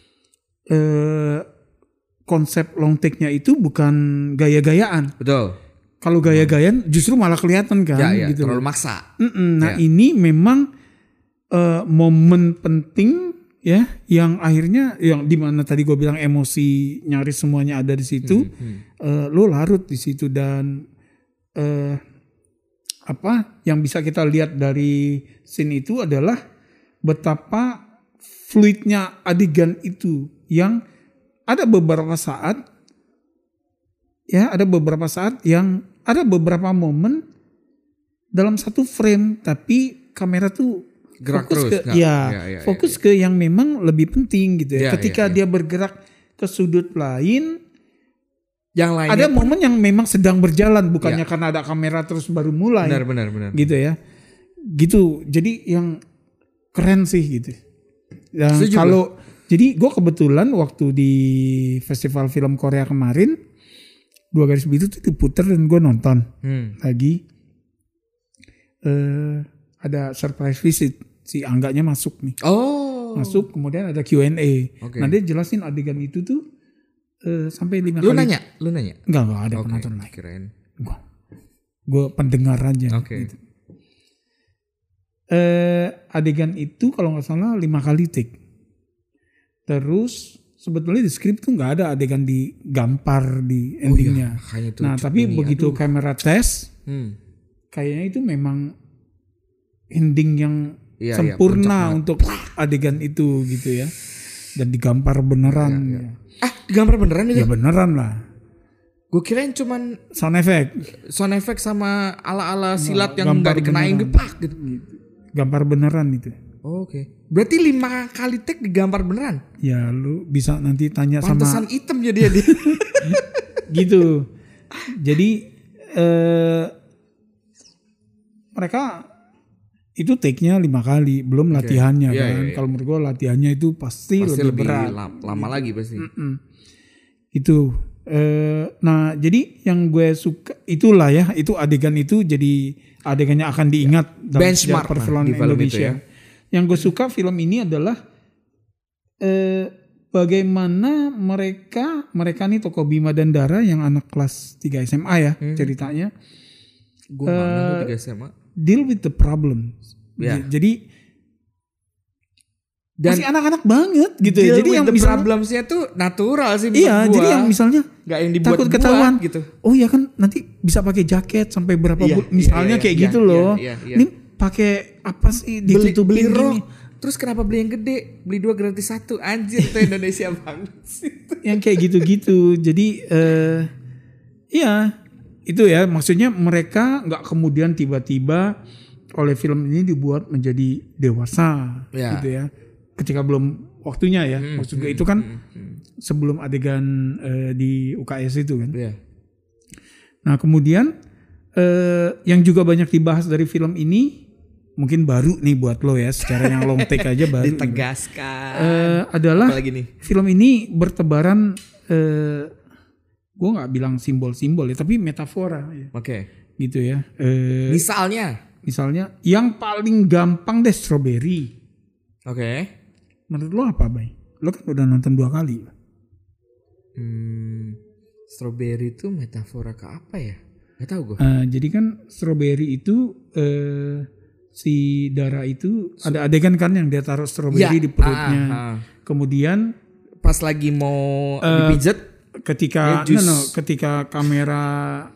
konsep long take-nya itu bukan gaya-gayaan. Betul. Kalau gaya-gayaan justru malah kelihatan kan, gitu. Terlalu maksa. Nah ini memang momen penting. Ya, yang akhirnya yang dimana tadi gue bilang emosi nyaris semuanya ada di situ, lo larut di situ dan yang bisa kita lihat dari scene itu adalah betapa fluidnya adegan itu, yang ada beberapa saat yang ada beberapa momen dalam satu frame tapi kamera tuh gerak fokus terus, fokus ke yang memang lebih penting gitu ya. Ketika dia bergerak ke sudut lain, yang lainnya ada momen yang memang sedang berjalan, bukannya karena ada kamera terus baru mulai. Benar. Gitu ya. Gitu. Jadi yang keren sih gitu. Dan kalau jadi gue kebetulan waktu di festival film Korea kemarin 2 garis biru itu diputer dan gue nonton lagi. Ada surprise visit. Si Angganya masuk nih. Masuk, kemudian ada Q&A. Nah dia jelasin adegan itu tuh sampai 5 kali. Lu nanya? Enggak ada penonton lain. Kirain. Gue pendengar aja. Gitu. Adegan itu kalau nggak salah 5 kali take. Terus sebetulnya di skrip tuh nggak ada adegan digampar di endingnya. Nah tapi begitu kamera tes, kayaknya itu memang ending yang Iya, sempurna puncak untuk adegan itu gitu ya. Dan digambar beneran. Ya. Digambar beneran itu? Ya beneran lah. Gue kirain cuman Sound effect sama ala-ala silat yang gambar nggak dikenain beneran. gepak gitu. Gambar beneran itu. Oke. Berarti 5 kali take digambar beneran? Ya lu bisa nanti tanya Pantesan sama hitam ya dia. gitu. Jadi mereka itu take-nya 5 kali, belum latihannya Iya, kan. iya. Kalau menurut gue latihannya itu pasti lebih berat. lama lagi pasti. Itu. Nah jadi yang gue suka itulah ya, itu adegan itu jadi adegannya akan diingat dalam Benchmark sejarah perfilman di film itu Indonesia. ya. Yang gue suka film ini adalah bagaimana mereka nih tokoh Bima dan Dara yang anak kelas 3 SMA ya ceritanya. Gue nggak 3 SMA. Deal with the problem. Ya. Jadi Dan masih anak-anak banget gitu ya. deal Jadi with yang the misalnya problemsnya tuh natural sih menurut iya, gua. jadi yang misalnya Nggak yang dibuat takut ketahuan gitu. Oh ya kan nanti bisa pakai jaket sampai berapa Iya, misalnya iya, kayak iya, gitu iya, loh. iya, iya. Ini pakai apa sih beli ditutupin rok. gini. Terus kenapa beli yang gede? Beli 2 gratis 1. Anjir itu Indonesia banget sih. Yang kayak gitu-gitu. Jadi iya itu ya maksudnya mereka nggak kemudian tiba-tiba oleh film ini dibuat menjadi dewasa Ya. gitu ya. Ketika belum waktunya ya. Maksud gue itu kan sebelum adegan di UKS itu kan. Iya. Nah kemudian yang juga banyak dibahas dari film ini mungkin baru nih buat lo ya secara yang long take aja baru. Ditegaskan. Adalah Apalagi nih? film ini bertebaran gue nggak bilang simbol-simbol ya tapi metafora ya, Oke. gitu ya. Misalnya. Yang paling gampang deh strawberry. Oke. Menurut lo apa Bay? Lo kan udah nonton 2 kali. Strawberry itu metafora ke apa ya? Gak tahu gue. Jadi kan strawberry itu si Dara itu ada adegan kan yang dia taruh strawberry di perutnya. Kemudian Pas lagi mau dipijat. ketika Ya, ketika kamera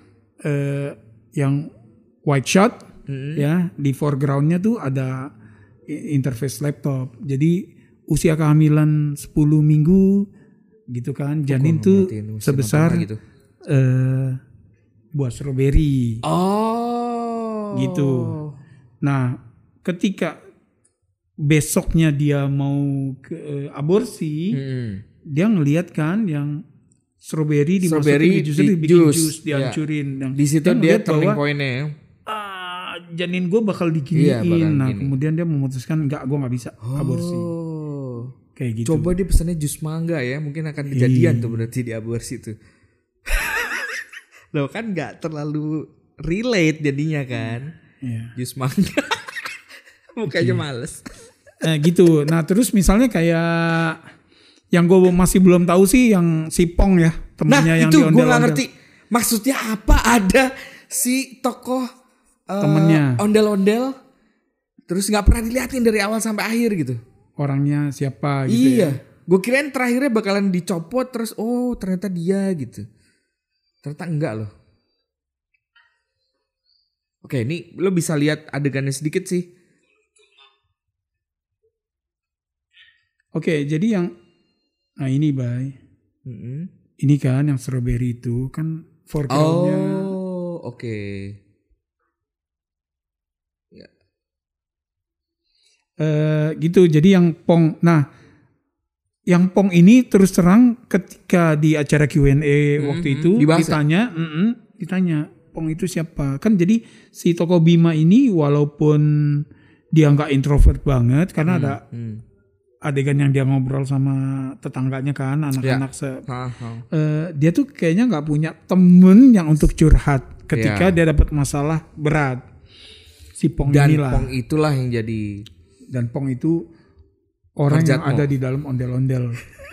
yang wide shot ya di foregroundnya tuh ada interface laptop. Jadi usia kehamilan 10 minggu gitu kan. Janin tuh sebesar gitu. buah strawberry. Oh. Gitu. Nah, ketika besoknya dia mau ke aborsi, dia ngelihat kan yang strawberry dimasukin ke dibikin jus, dihancurin. Ya. Di situ dia turning point-nya. Janin gue bakal diginiin. Iya, Nah, gini. kemudian dia memutuskan gue nggak bisa aborsi. Kayak gitu. Coba dia pesannya jus mangga ya, mungkin akan kejadian tuh berarti di aborsi tuh. Loh kan nggak terlalu relate jadinya kan. Iya. Jus mangga. Mukanya males. Gitu. Nah, terus misalnya kayak yang gue masih belum tahu sih yang si Pong ya, temennya yang itu di gue nggak ondel-ondel. ngerti maksudnya apa ada si tokoh Temennya. ondel-ondel terus nggak pernah diliatin dari awal sampai akhir gitu. Orangnya siapa gitu Iya, ya. gue kirain terakhirnya bakalan dicopot terus oh ternyata dia gitu. Ternyata enggak loh. Oke, ini lo bisa lihat adegannya sedikit sih. Oke, jadi yang nah ini Bay. Ini kan yang strawberry itu kan foregroundnya. Oh, oke. Gitu. Jadi yang Pong. Nah, yang Pong ini terus terang ketika di acara Q&A waktu itu dibahas ditanya, ditanya Pong itu siapa? Kan jadi si tokoh Bima ini walaupun dia nggak introvert banget karena ada adegan yang dia ngobrol sama tetangganya kan, anak-anak dia tuh kayaknya nggak punya temen yang untuk curhat ketika dia dapat masalah berat. Si Pong Dan inilah. Pong itulah yang jadi. Dan Pong itu orang yang ada di dalam ondel-ondel.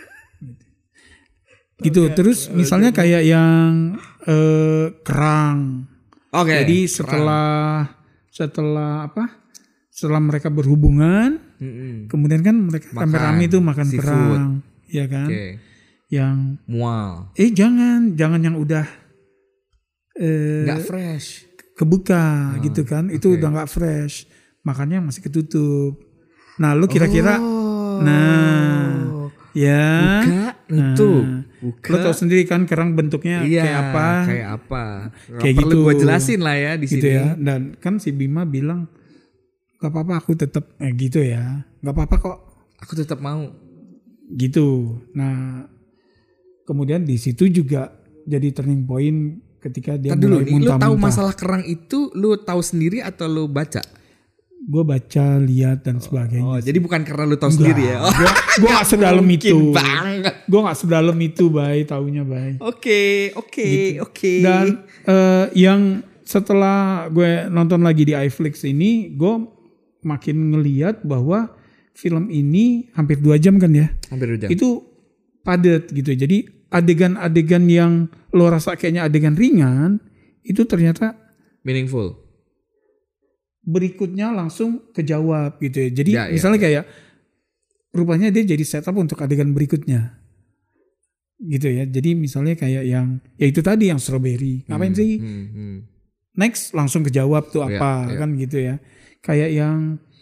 Gitu. Terus misalnya kayak yang kerang. Oke. Jadi setelah apa? Setelah mereka berhubungan, kemudian kan mereka rame-rame itu makan seafood. kerang, ya kan? Oke. Yang Mual. jangan yang udah Nggak fresh. kebuka gitu kan. Itu Oke. udah nggak fresh. Makanya masih ketutup. Nah, lu kira-kira nah ya Buka, tutup. Buka. Lo tau sendiri kan kerang bentuknya Iya, kayak apa? Kayak apa? Kayak Perlu gitu. gue jelasin lah ya di Gitu sini. ya. Dan kan si Bima bilang gak apa-apa aku tetap gitu ya. Gak apa-apa kok Aku tetap mau. gitu. Nah, kemudian di situ juga jadi turning point ketika dia Ntar dulu mulai nih, lu tahu muntah-muntah. masalah kerang itu lu tahu sendiri atau lu baca? Gue baca, lihat dan sebagainya. Oh, jadi bukan karena lu tahu sendiri ya. Gue gak sedalam itu. banget. Gue gak sedalam itu, Bay. Taunya, Bay. Oke. Gitu. Dan yang setelah gue nonton lagi di iFlix ini, gue makin ngeliat bahwa film ini hampir 2 jam kan ya. Hampir 2 jam. Itu padat gitu. Jadi adegan-adegan yang lo rasa kayaknya adegan ringan, itu ternyata Meaningful. berikutnya langsung kejawab gitu ya. Jadi Ya, misalnya kayak rupanya dia jadi setup untuk adegan berikutnya. Gitu ya. Jadi misalnya kayak yang ya itu tadi yang strawberry. Ngapain sih? Next langsung kejawab tuh apa Ya. kan gitu ya. Kayak yang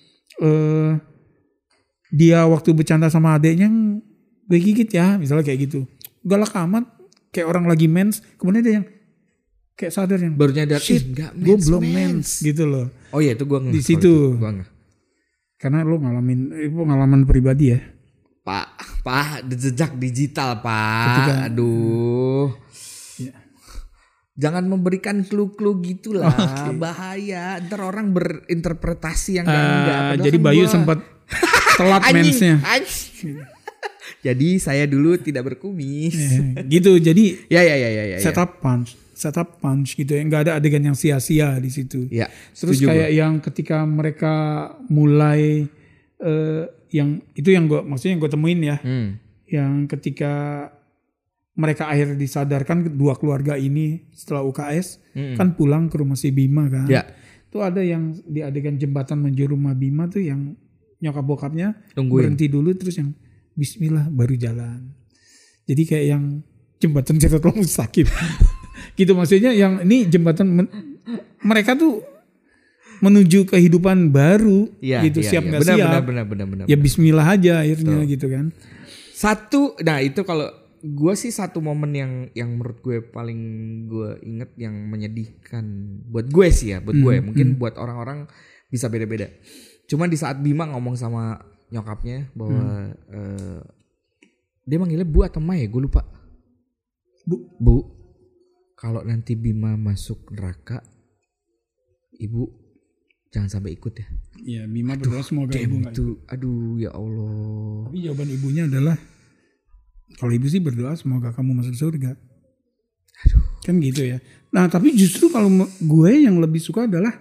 dia waktu bercanda sama adeknya gue gigit ya, misalnya kayak gitu. Galak amat kayak orang lagi mens, kemudian dia yang kayak sadar yang Baru nyadar, shit, enggak gue mens, belum mens. mens gitu loh. Oh iya itu gue Di situ. Gua nggak. Karena lo ngalamin itu pengalaman pribadi ya. Pak, jejak digital, Pak. Ketika- Aduh. Iya. Jangan memberikan clue-clue gitulah, bahaya. Ntar orang berinterpretasi yang enggak. Padahal Jadi kan Bayu gua- sempat telat mensnya. Anjing. Jadi saya dulu tidak berkumis. Gitu. Jadi Ya. setup punch gitu ya. Nggak ada adegan yang sia-sia di situ. Ya, Terus setuju kayak gua. yang ketika mereka mulai yang itu yang gue maksudnya yang gue temuin ya, yang ketika mereka akhirnya disadarkan dua keluarga ini setelah UKS kan pulang ke rumah si Bima kan. Ya. Itu ada yang di adegan jembatan menuju rumah Bima tuh yang nyokap bokapnya Tungguin. berhenti dulu terus yang Bismillah baru jalan. Jadi kayak yang jembatan Siratul Mustaqim. Gitu maksudnya yang ini jembatan mereka tuh menuju kehidupan baru gitu siap nggak siap. Benar. Ya Bismillah aja akhirnya gitu kan. Satu, nah itu kalau gue sih satu momen yang menurut gue paling gue inget yang menyedihkan buat gue sih ya, buat gue mungkin buat orang-orang bisa beda-beda. Cuman di saat Bima ngomong sama nyokapnya bahwa dia manggilnya Bu atau Ma ya, gue lupa. Bu, kalau nanti Bima masuk neraka, Ibu jangan sampai ikut ya. Iya Bima berdoa semoga ibu nggak. Itu, aduh ya Allah. Tapi jawaban ibunya adalah kalau ibu sih berdoa semoga kamu masuk surga. Aduh. Kan gitu ya. Nah tapi justru kalau gue yang lebih suka adalah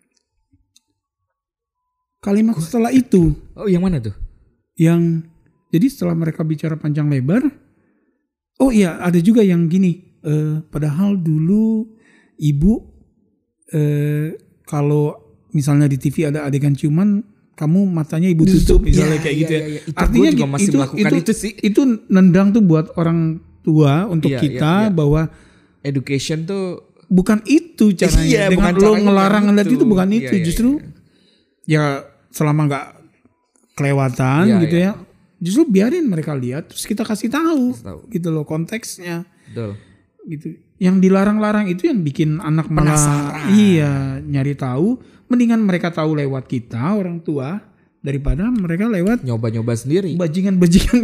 kalimat setelah itu. Oh yang mana tuh? Yang jadi setelah mereka bicara panjang lebar, oh iya ada juga yang gini. Padahal dulu ibu kalau misalnya di TV ada adegan ciuman, kamu matanya ibu tutup misalnya kayak gitu ya. Itu Artinya gue juga masih melakukan itu sih. Itu nendang tuh buat orang tua untuk Iya, kita iya. bahwa Education tuh bukan itu caranya. Iya, Dengan bukan lo caranya ngelarang bukan ngeliat itu. itu bukan Iya, itu. iya, Justru ya selama nggak kelewatan Iya, gitu iya. ya. Justru biarin mereka lihat terus kita kasih tahu tahu. gitu loh konteksnya betul. gitu. Yang dilarang-larang itu yang bikin anak malah Penasaran. iya nyari tahu. Mendingan mereka tahu lewat kita orang tua daripada mereka lewat Nyoba-nyoba sendiri. bajingan-bajingan.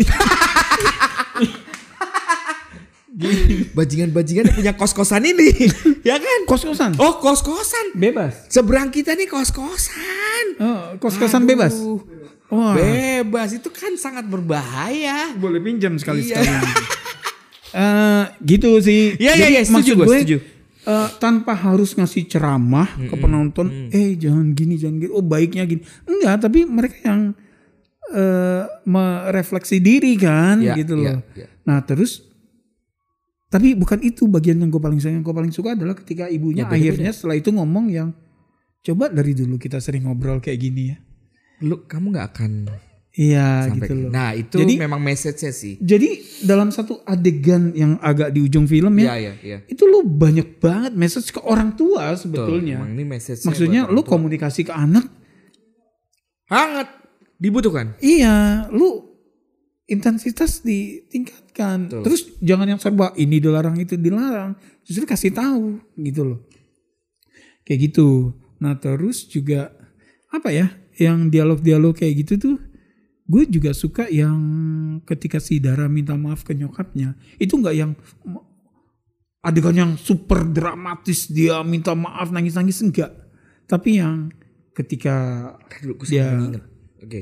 Bajingan-bajingan yang punya kos-kosan ini. Ya kan? Kos-kosan Oh kos-kosan. bebas. Seberang kita nih kos-kosan. Oh, kos-kosan Aduh. bebas. Wah, Bebas itu kan sangat berbahaya. boleh pinjam sekali-sekali. Iya. Gitu sih. Iya, Jadi iya, setuju maksud gua, gue, setuju. tanpa harus ngasih ceramah ke penonton, jangan gini, oh baiknya gini. Enggak, tapi mereka yang merefleksi diri kan, Iya, gitu loh. iya, iya. Nah terus, tapi bukan itu bagian yang gue paling sayang. Yang gue paling suka adalah ketika ibunya Ya, beda-beda. akhirnya setelah itu ngomong yang, coba dari dulu kita sering ngobrol kayak gini ya. Lu kamu nggak akan Iya Sampai gitu loh. Nah itu Jadi- memang message-nya sih. Jadi dalam satu adegan yang agak di ujung film ya, Iya. itu lo banyak banget message ke orang tua sebetulnya. Emang ini message-nya Maksudnya buat lu orang tua. komunikasi ke anak, hangat dibutuhkan. iya, lu intensitas ditingkatkan. Betul. Terus jangan yang serba ini dilarang itu dilarang, justru kasih tahu gitu loh. Kayak gitu. Nah terus juga apa ya, yang dialog-dialog kayak gitu tuh, gue juga suka yang ketika si Dara minta maaf ke nyokapnya, itu nggak yang adegan yang super dramatis dia minta maaf nangis-nangis, enggak. Tapi yang ketika Dulu gue dia inget. Oke.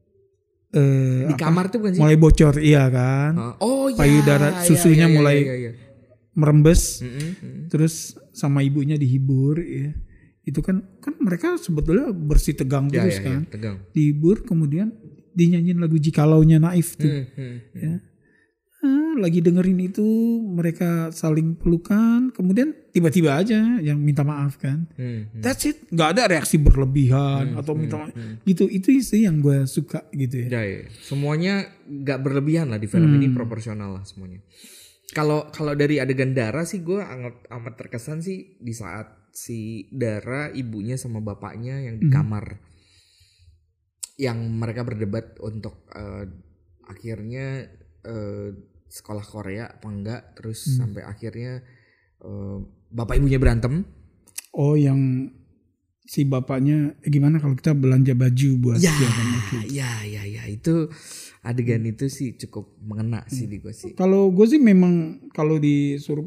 Di apa, kamar tuh bukan sih? mulai bocor, iya kan, Oh iya. payudara susunya mulai Iya. merembes, Mm-mm. terus sama ibunya dihibur, ya. Itu kan mereka sebetulnya bersih tegang Ya, terus ya, kan, ya, tegang. dihibur, kemudian dinyanyiin lagu Jikalaunya Naif tuh. Ya. Lagi dengerin itu mereka saling pelukan, kemudian tiba-tiba aja yang minta maaf kan. That's it, nggak ada reaksi berlebihan atau minta maaf gitu. Itu sih yang gue suka gitu ya. Ya. Semuanya nggak berlebihan lah di film ini, proporsional lah semuanya. Kalau dari adegan Dara sih gue amat terkesan sih di saat si Dara ibunya sama bapaknya yang di kamar, yang mereka berdebat untuk akhirnya sekolah Korea apa enggak, terus sampai akhirnya bapak ibunya berantem. Oh, yang si bapaknya gimana kalau kita belanja baju buat Ya, dia kan? Oke. ya itu adegan itu sih cukup mengena sih di gue sih. Kalau gue sih memang kalau disuruh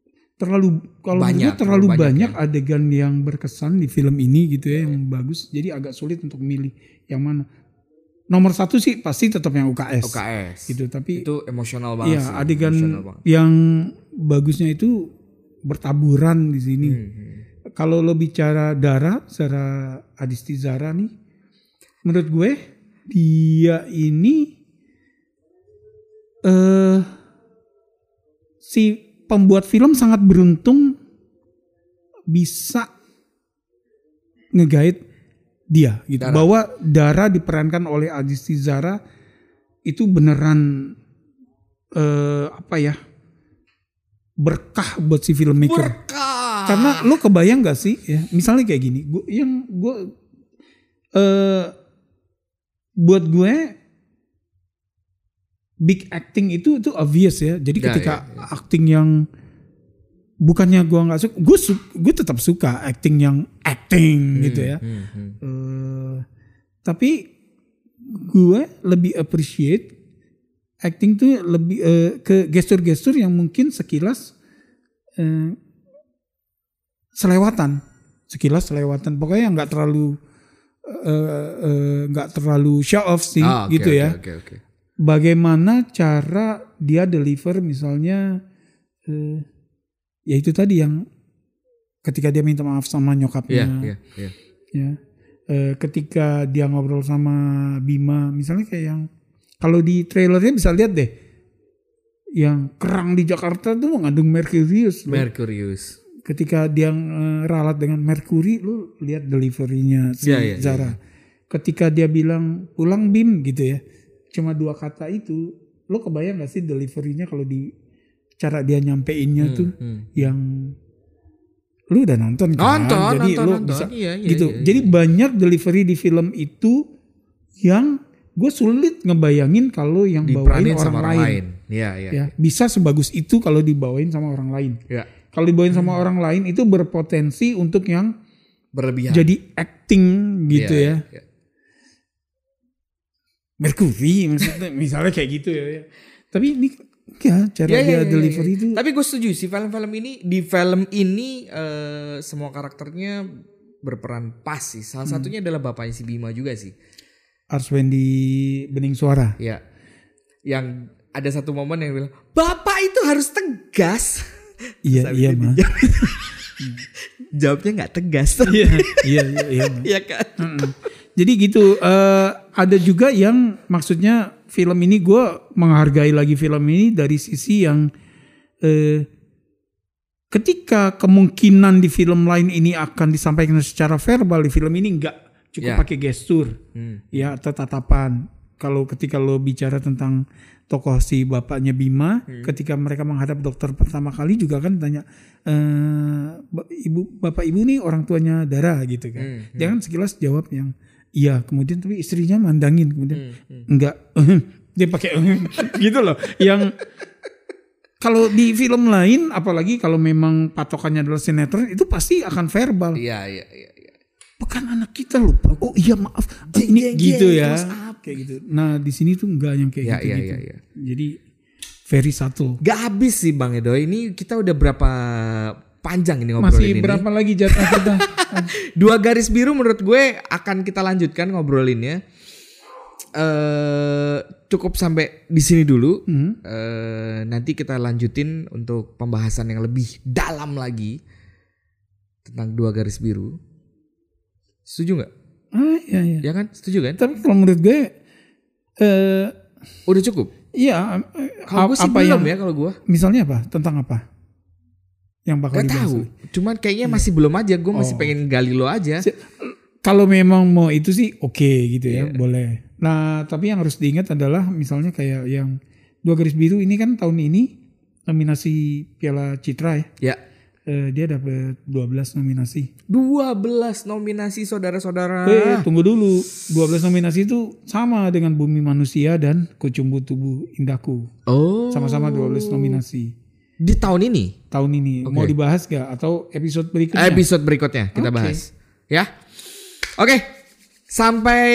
Banyak, terlalu banyak banyak ya. adegan yang berkesan di film ini gitu ya, yang bagus. Jadi agak sulit untuk milih yang mana. Nomor satu sih pasti tetap yang UKS. Gitu, tapi itu emosional banget. iya, sih, adegan emosional banget. yang bagusnya itu bertaburan di sini. Kalau lo bicara Dara, secara Adisti Zara nih, menurut gue dia ini si pembuat film sangat beruntung bisa ngegait dia gitu. Dara. Bahwa Dara diperankan oleh Adisti Zara itu beneran berkah buat si filmmaker. Karena lu kebayang gak sih ya, misalnya kayak gini, buat gue big acting itu obvious ya. Jadi ketika acting yang bukannya gue nggak suka, gue tetap suka acting yang acting gitu ya. Tapi gue lebih appreciate acting tuh lebih ke gestur-gestur yang mungkin sekilas selewatan. Pokoknya yang nggak terlalu show off sih gitu ya. Okay. Bagaimana cara dia deliver misalnya ya itu tadi yang ketika dia minta maaf sama nyokapnya. Iya. Ya. Ketika dia ngobrol sama Bima, misalnya kayak yang kalau di trailernya bisa lihat deh, yang kerang di Jakarta tuh mengandung merkurius. Ketika dia ralat dengan merkuri, lu lihat deliverynya si Zara. Ketika dia bilang pulang Bim gitu ya, cuma 2 kata itu, lu kebayang gak sih deliverynya kalau di cara dia nyampeinnya tuh yang lu udah nonton kan? Jadi lu bisa gitu. Jadi banyak delivery di film itu yang gue sulit ngebayangin kalau yang bawain orang lain. Iya. Bisa sebagus itu kalau dibawain sama orang lain. Ya. Kalau dibawain sama orang lain itu berpotensi untuk yang Berlebihan. jadi acting gitu ya. Mercury maksudnya misalnya kayak gitu ya. Tapi ini ya cara dia delivery itu. Tapi gue setuju sih di film ini semua karakternya berperan pas sih. Salah satunya adalah bapaknya si Bima juga sih. Arswendi Bening Suara. Ya. Yang ada satu momen yang bilang, "Bapak itu harus tegas." Iya mah. Jawabnya nggak tegas. Iya. Iya kan. Jadi gitu. Ada juga yang maksudnya film ini gue menghargai lagi film ini dari sisi yang ketika kemungkinan di film lain ini akan disampaikan secara verbal, di film ini enggak, cukup pakai gestur ya atau tatapan. kalau ketika lo bicara tentang tokoh si bapaknya Bima, ketika mereka menghadap dokter pertama kali juga kan tanya, bapak ibu nih orang tuanya Dara gitu kan. Dia kan sekilas jawab yang iya, kemudian tapi istrinya mandangin, kemudian enggak, dia pakai gitu loh. Yang kalau di film lain, apalagi kalau memang patokannya adalah sinetron, itu pasti akan verbal. Iya. Bukan anak kita loh, Pak. Oh iya maaf. Ini gitu ya. Kayak gitu. Nah, di sini tuh enggak yang kayak gitu. Iya. Jadi very subtle. Gak habis sih Bang Edo. Ini kita udah berapa panjang ini ngobrolin ini. Masih berapa lagi jatah kita? 2 garis biru menurut gue akan kita lanjutkan ngobrolinnya. Cukup sampai di sini dulu. Nanti kita lanjutin untuk pembahasan yang lebih dalam lagi tentang 2 garis biru. Setuju nggak? Iya. Ya kan? Setuju kan? Tapi kalau menurut gue udah cukup. Iya. Kalau gue sih belum ya kalau gue. Misalnya apa? Tentang apa? Yang bakal Gak dibahas? tahu. Cuman kayaknya masih belum aja. Gue masih pengen gali lo aja. Kalau memang mau itu sih oke gitu ya, boleh. Nah, tapi yang harus diingat adalah misalnya kayak yang 2 garis biru ini kan tahun ini nominasi Piala Citra ya. Ya. Dia dapat 12 nominasi. 12 nominasi saudara-saudara. Tunggu dulu. 12 nominasi itu sama dengan Bumi Manusia dan Kucumbu Tubuh Indahku. Oh. Sama-sama 12 nominasi. Di tahun ini? Tahun ini. Okay. Mau dibahas gak? Atau episode berikutnya? Episode berikutnya kita bahas. Ya. Oke. Sampai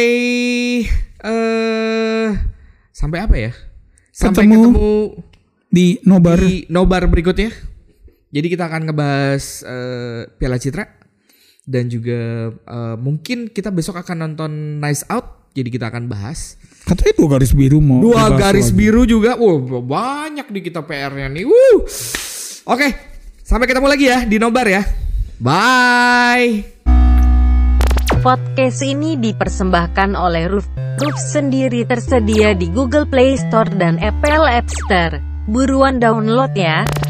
apa ya? Sampai ketemu di nobar. Di nobar berikutnya. Jadi kita akan ngebahas Piala Citra dan juga mungkin kita besok akan nonton Nice Out. Jadi kita akan bahas. Katanya 2 garis biru mau. 2 garis biru juga. Banyak di kita PR-nya nih. Oke, sampai ketemu lagi ya di nobar ya. Bye. Podcast ini dipersembahkan oleh Roof. Roof sendiri tersedia di Google Play Store dan Apple App Store. Buruan download ya.